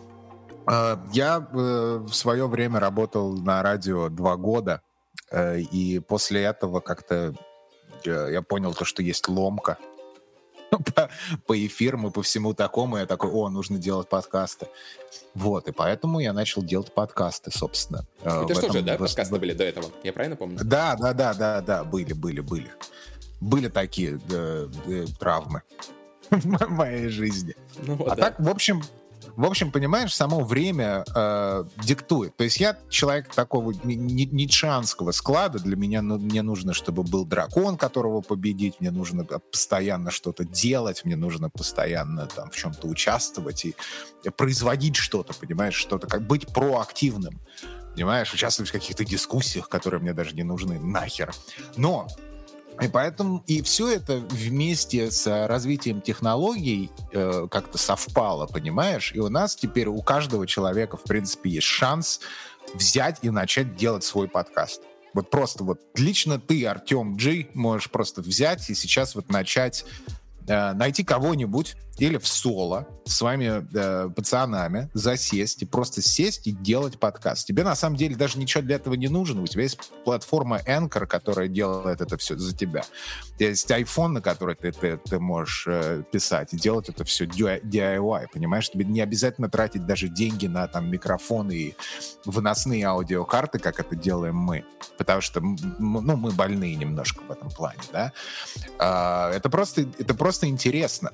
Я в свое время работал на радио два года, и после этого как-то я понял то, что есть ломка по, по эфирам и по всему такому. Я такой, о, нужно делать подкасты. Вот, и поэтому я начал делать подкасты, собственно. Это что же, да, подкасты были до этого? Я правильно помню? Да, да, да, да, да, были, были, были. Были такие э, э, травмы в моей жизни. Ну, вот, а да. так, в общем... В общем, понимаешь, само время э, диктует. То есть я человек такого ницшеанского склада. Для меня ну, мне нужно, чтобы был дракон, которого победить. Мне нужно постоянно что-то делать. Мне нужно постоянно там в чем-то участвовать и производить что-то, понимаешь? Что-то, как быть проактивным. Понимаешь? Участвовать в каких-то дискуссиях, которые мне даже не нужны нахер. Но... И поэтому и все это вместе с развитием технологий э, как-то совпало, понимаешь? И у нас теперь у каждого человека, в принципе, есть шанс взять и начать делать свой подкаст. Вот просто вот лично ты, Артем Джи, можешь просто взять и сейчас вот начать э, найти кого-нибудь или в соло с вами э, пацанами засесть и просто сесть и делать подкаст. Тебе на самом деле даже ничего для этого не нужно. У тебя есть платформа Anchor, которая делает это все за тебя. У тебя есть iPhone, на который ты, ты, ты можешь э, писать и делать это все ди ай вай, понимаешь? Тебе не обязательно тратить даже деньги на там микрофоны и выносные аудиокарты, как это делаем мы. Потому что ну, мы больные немножко в этом плане, да? А, это просто, это просто интересно.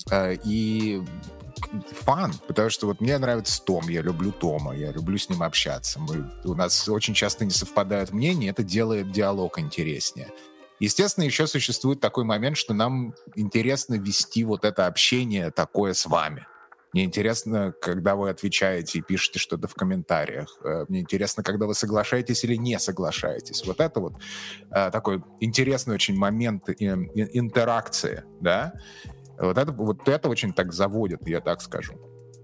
И фан, потому что вот мне нравится Том, я люблю Тома, я люблю с ним общаться. Мы, у нас очень часто не совпадают мнения, это делает диалог интереснее. Естественно, еще существует такой момент, что нам интересно вести вот это общение такое с вами. Мне интересно, когда вы отвечаете и пишете что-то в комментариях. Мне интересно, когда вы соглашаетесь или не соглашаетесь. Вот это вот такой интересный очень момент интеракции, да? Вот это, вот это очень так заводит, я так скажу.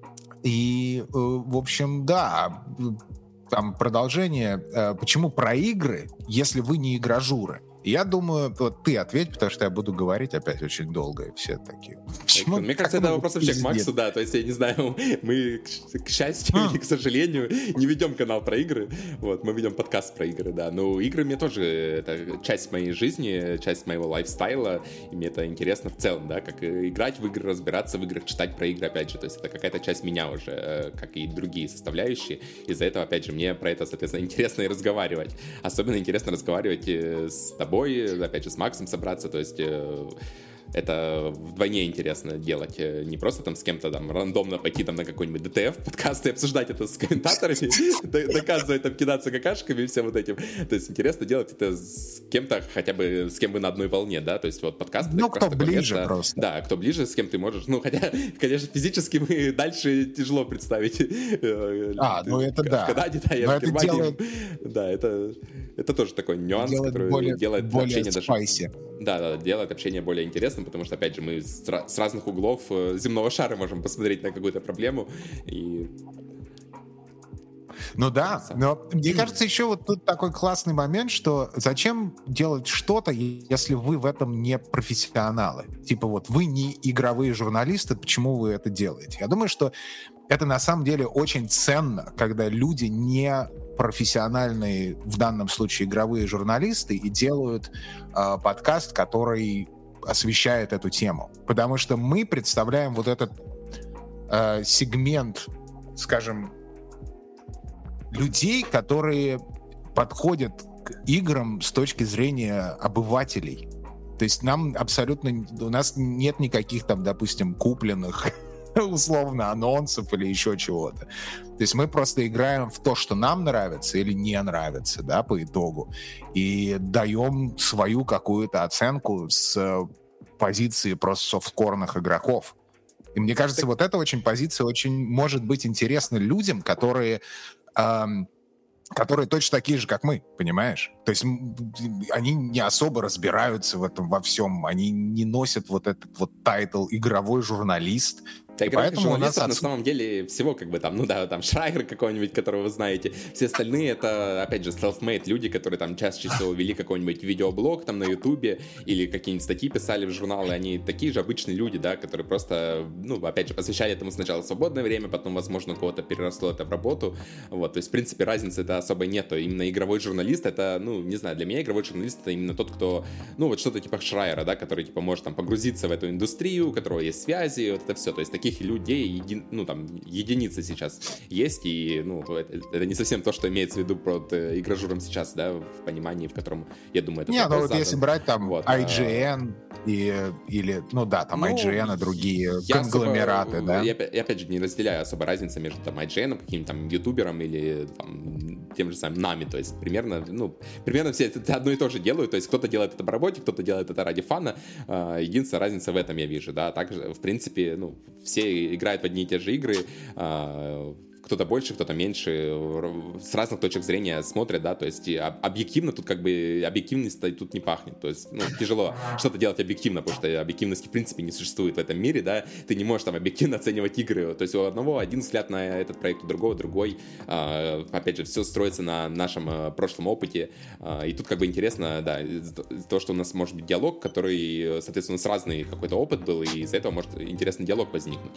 И, в общем, да, там продолжение. Почему про игры, если вы не игражуры? Я думаю, вот ты ответь, потому что я буду говорить опять очень долго, и все такие. Почему? Мне кажется, это вопрос вообще к Максу, да. То есть, я не знаю, мы, к счастью а. или к сожалению, не ведем канал про игры. Вот, мы ведем подкаст про игры, да. Но игры мне тоже, это часть моей жизни, часть моего лайфстайла, и мне это интересно в целом, да, как играть в игры, разбираться в играх, читать про игры, опять же. То есть, это какая-то часть меня уже, как и другие составляющие. Из-за этого, опять же, мне про это, соответственно, интересно и разговаривать. Особенно интересно разговаривать с тобой, опять же, с Максом собраться, то есть э, это вдвойне интересно делать, не просто там с кем-то там рандомно пойти там на какой-нибудь ди ти эф подкаст и обсуждать это с комментаторами, доказывать там, кидаться какашками и всем вот этим. То есть интересно делать это с кем-то, хотя бы с кем вы на одной волне, да, то есть вот подкаст. Ну, кто ближе просто. Да, кто ближе, с кем ты можешь, ну, хотя, конечно, физически мы дальше тяжело представить. А, ну это да. В Канаде, да, я в Германии. Да, это это тоже такой нюанс, который делает общение даже... Да, да, делает общение более интересным, потому что, опять же, мы с, с разных углов земного шара можем посмотреть на какую-то проблему и... Ну да, но мне кажется, еще вот тут такой классный момент, что зачем делать что-то, если вы в этом не профессионалы? Типа вот вы не игровые журналисты, почему вы это делаете? Я думаю, что это на самом деле очень ценно, когда люди не профессиональные, в данном случае игровые журналисты, и делают э, подкаст, который освещает эту тему. Потому что мы представляем вот этот э, сегмент, скажем, людей, которые подходят к играм с точки зрения обывателей. То есть нам абсолютно... У нас нет никаких там, допустим, купленных условно анонсов или еще чего-то. То есть мы просто играем в то, что нам нравится или не нравится, да, по итогу. И даем свою какую-то оценку с позиции просто софткорных игроков. И мне кажется, вот эта очень позиция очень может быть интересна людям, которые... Эм, которые точно такие же, как мы, понимаешь? То есть они не особо разбираются в этом во всем, они не носят вот этот вот тайтл «игровой журналист», Да, игровых журналистов на отсу... самом деле всего как бы там, ну да, там Шрайер какой-нибудь, которого вы знаете. Все остальные это, опять же, self-made люди, которые там чаще всего вели какой-нибудь видеоблог там на Ютубе или какие-нибудь статьи писали в журналы. Они такие же обычные люди, да, которые просто, ну, опять же, посвящали этому сначала свободное время, потом, возможно, у кого-то переросло это в работу. Вот, то есть, в принципе, разницы это особо нету. Именно игровой журналист, это, ну, не знаю, для меня игровой журналист это именно тот, кто, ну, вот что-то типа Шрайера, да, который, типа, может там погрузиться в эту индустрию, у которого есть связи, вот это все. То есть, таких людей, еди... ну, там, единицы сейчас есть, и, ну, это, это не совсем то, что имеется в виду под игрожуром сейчас, да, в понимании, в котором, я думаю, это... Не, ну, вот если брать там вот, ай джи эн и, или, ну, да, там ну, ай джи эн и другие конгломераты, особо, да. Я, я, опять же, не разделяю особо разницы между там ай джи эн, каким-то там ютубером или там тем же самым нами, то есть примерно, ну, примерно все это одно и то же делают, то есть кто-то делает это по работе, кто-то делает это ради фана, единственная разница в этом я вижу, да, также, в принципе, ну, все играют в одни и те же игры, кто-то больше, кто-то меньше, с разных точек зрения смотрят, да, то есть объективно тут как бы объективность тут не пахнет, то есть, ну, тяжело что-то делать объективно, потому что объективности в принципе не существует в этом мире, да, ты не можешь там объективно оценивать игры, то есть у одного один взгляд на этот проект, у другого другой, опять же, все строится на нашем прошлом опыте, и тут как бы интересно, да, то, что у нас может быть диалог, который, соответственно, у нас разный какой-то опыт был, и из-за этого может интересный диалог возникнуть.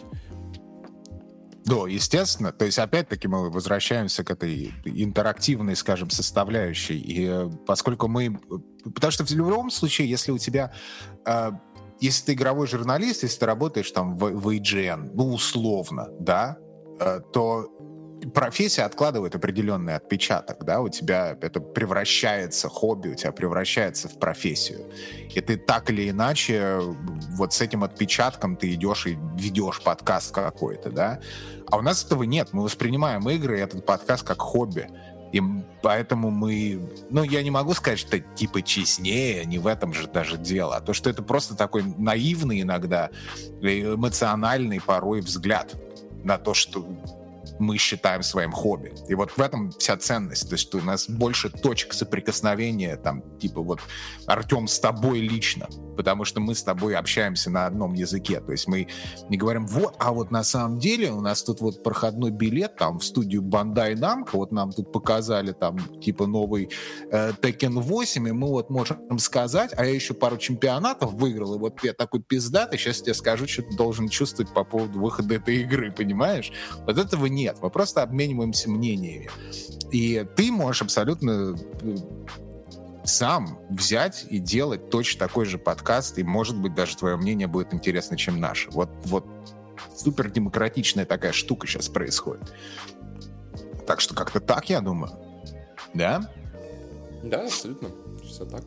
Да, естественно. То есть, опять-таки, мы возвращаемся к этой интерактивной, скажем, составляющей. И поскольку мы... Потому что в любом случае, если у тебя... Э, если ты игровой журналист, если ты работаешь там в, в ай джи эн, ну, условно, да, э, то профессия откладывает определенный отпечаток, да, у тебя это превращается, хобби у тебя превращается в профессию. И ты так или иначе вот с этим отпечатком ты идешь и ведешь подкаст какой-то, да. А у нас этого нет. Мы воспринимаем игры и этот подкаст как хобби. И поэтому мы... Ну, я не могу сказать, что типа честнее, не в этом же даже дело, а то, что это просто такой наивный иногда, эмоциональный порой взгляд на то, что мы считаем своим хобби. И вот в этом вся ценность. То есть у нас больше точек соприкосновения, там, типа вот Артем с тобой лично, потому что мы с тобой общаемся на одном языке. То есть мы не говорим, вот, а вот на самом деле у нас тут вот проходной билет там в студию Bandai Namco, вот нам тут показали там типа новый э, Tekken восемь, и мы вот можем сказать, а я еще пару чемпионатов выиграл, и вот я такой пиздатый, сейчас тебе скажу, что ты должен чувствовать по поводу выхода этой игры, понимаешь? Вот этого нет. Мы просто обмениваемся мнениями. И ты можешь абсолютно сам взять и делать точно такой же подкаст, и, может быть, даже твое мнение будет интересно, чем наше. Вот, вот супер демократичная такая штука сейчас происходит. Так что как-то так, я думаю. Да? Да, абсолютно. Все так.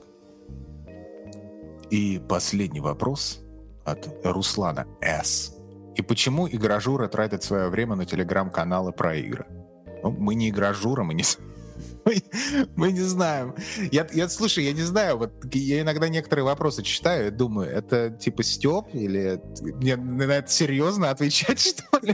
И последний вопрос от Руслана С. И почему игражуры тратят свое время на телеграм-каналы про игры? Ну, мы не игражуры, мы не... Мы, мы не знаем. Я, я, слушай, я не знаю, вот я иногда некоторые вопросы читаю и думаю, это типа стёб или мне на это серьезно отвечать, что ли?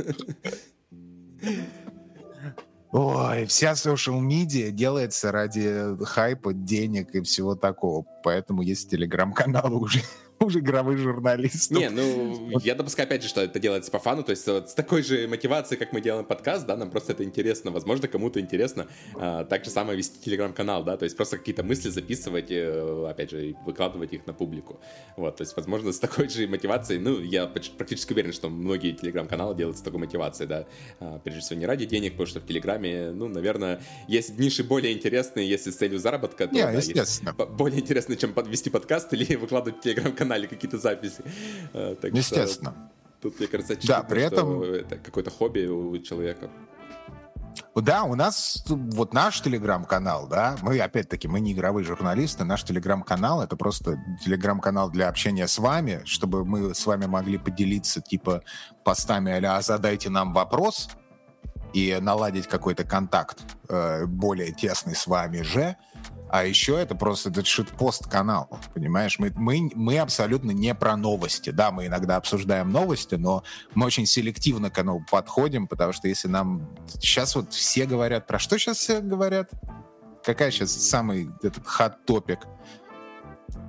Ой, вся социал-медиа делается ради хайпа, денег и всего такого. Поэтому есть телеграм-каналы уже. Уже игровых журналистов. Не, ну, вот. Я допускаю, опять же, что это делается по фану, то есть вот с такой же мотивацией, как мы делаем подкаст, да, нам просто это интересно, возможно, кому-то интересно а, так же самое вести телеграм-канал, да, то есть просто какие-то мысли записывать, э, опять же, выкладывать их на публику, вот, то есть, возможно, с такой же мотивацией, ну, я практически уверен, что многие телеграм-каналы делают с такой мотивацией, да, а, прежде всего не ради денег, потому что в телеграме, ну, наверное, есть ниши более интересные, если с целью заработка, то, yeah, да, естественно. более интересно, чем подвести подкаст или выкладывать в телеграм-канал какие-то записи. Так естественно. Что, тут, мне кажется, очевидно, да, при этом... это какое-то хобби у человека. Да, у нас вот наш телеграм-канал, да, мы, опять-таки, мы не игровые журналисты, наш телеграм-канал — это просто телеграм-канал для общения с вами, чтобы мы с вами могли поделиться, типа, постами а-ля «задайте нам вопрос» и наладить какой-то контакт э, более тесный с вами же. А еще это просто этот шитпост-канал, понимаешь? Мы, мы, мы абсолютно не про новости. Да, мы иногда обсуждаем новости, но мы очень селективно к этому подходим, потому что если нам... Сейчас вот все говорят... Про что сейчас все говорят? Какая сейчас самый этот hot topic?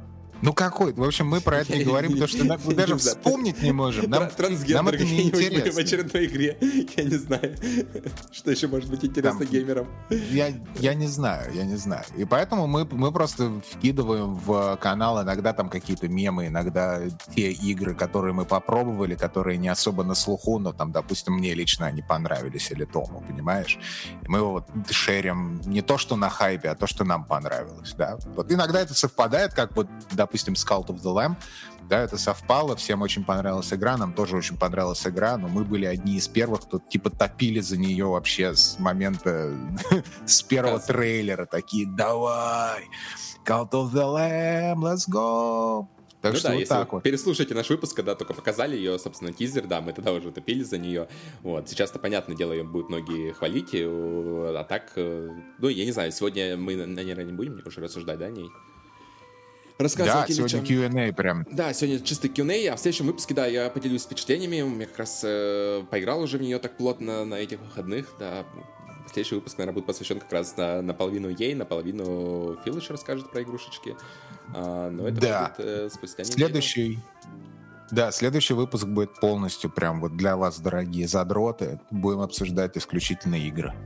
Ну какой? В общем, мы про это не говорим, потому что мы даже вспомнить не можем. Нам, нам это не интересно. В очередной игре, я не знаю, что еще может быть интересно геймерам. Я, я не знаю, я не знаю. И поэтому мы, мы просто вкидываем в канал иногда там какие-то мемы, иногда те игры, которые мы попробовали, которые не особо на слуху, но там, допустим, мне лично они понравились или Тому, понимаешь? И мы вот шерим не то, что на хайпе, а то, что нам понравилось, да? Вот иногда это совпадает, как вот, допустим, допустим, с Cult of the Lamb, да, это совпало, всем очень понравилась игра, нам тоже очень понравилась игра, но мы были одни из первых, кто типа топили за нее вообще с момента, с первого трейлера, такие, давай, Cult of the Lamb, let's go! Так ну что да, вот если так вот. Переслушайте наш выпуск, когда только показали ее, собственно, тизер, да, мы тогда уже топили за нее. Вот, сейчас-то, понятное дело, ее будут многие хвалить, а так, ну, я не знаю, сегодня мы на ней не будем уже рассуждать, да, о ней? Да, сегодня кью энд эй прям. Да, сегодня чисто кью энд эй, а в следующем выпуске, да, я поделюсь впечатлениями. Я как раз э, поиграл уже в нее так плотно на этих выходных, да. Следующий выпуск, наверное, будет посвящен как раз на, наполовину ей, наполовину Фил еще расскажет про игрушечки. А, но это да. будет э, спустя неделю. Следующий... Да, следующий выпуск будет полностью прям вот для вас, дорогие задроты. Будем обсуждать исключительно игры.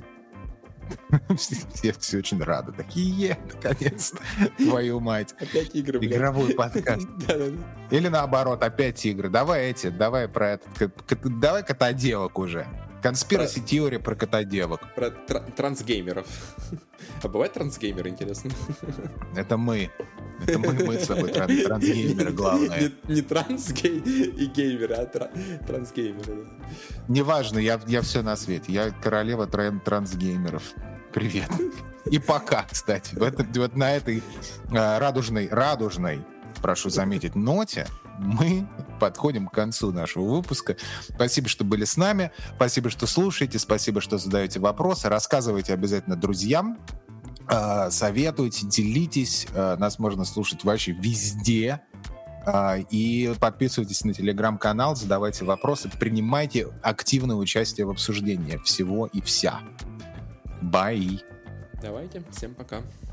Все, все очень рады. Такие, наконец-то, твою мать. Опять игры, блядь. Игровой подкаст. Или наоборот, опять игры. Давай эти, давай про это. Давай котоделок уже. Конспираси теория про котоделок. Про трансгеймеров. А бывает трансгеймеры, интересно? Это мы. Это мы, мы с тобой трансгеймеры, главное. Не, не трансгей и геймеры, а тра- трансгеймеры. Да. Неважно, я, я все на свете. Я королева тран- трансгеймеров. Привет. И пока, кстати. Вот, вот на этой э, радужной, радужной, прошу заметить, ноте мы подходим к концу нашего выпуска. Спасибо, что были с нами. Спасибо, что слушаете. Спасибо, что задаете вопросы. Рассказывайте обязательно друзьям. Э, советуйте, делитесь. Э, нас можно слушать вообще везде. Э, и подписывайтесь на телеграм-канал, задавайте вопросы, принимайте активное участие в обсуждении всего и вся. Бай. Давайте, всем пока.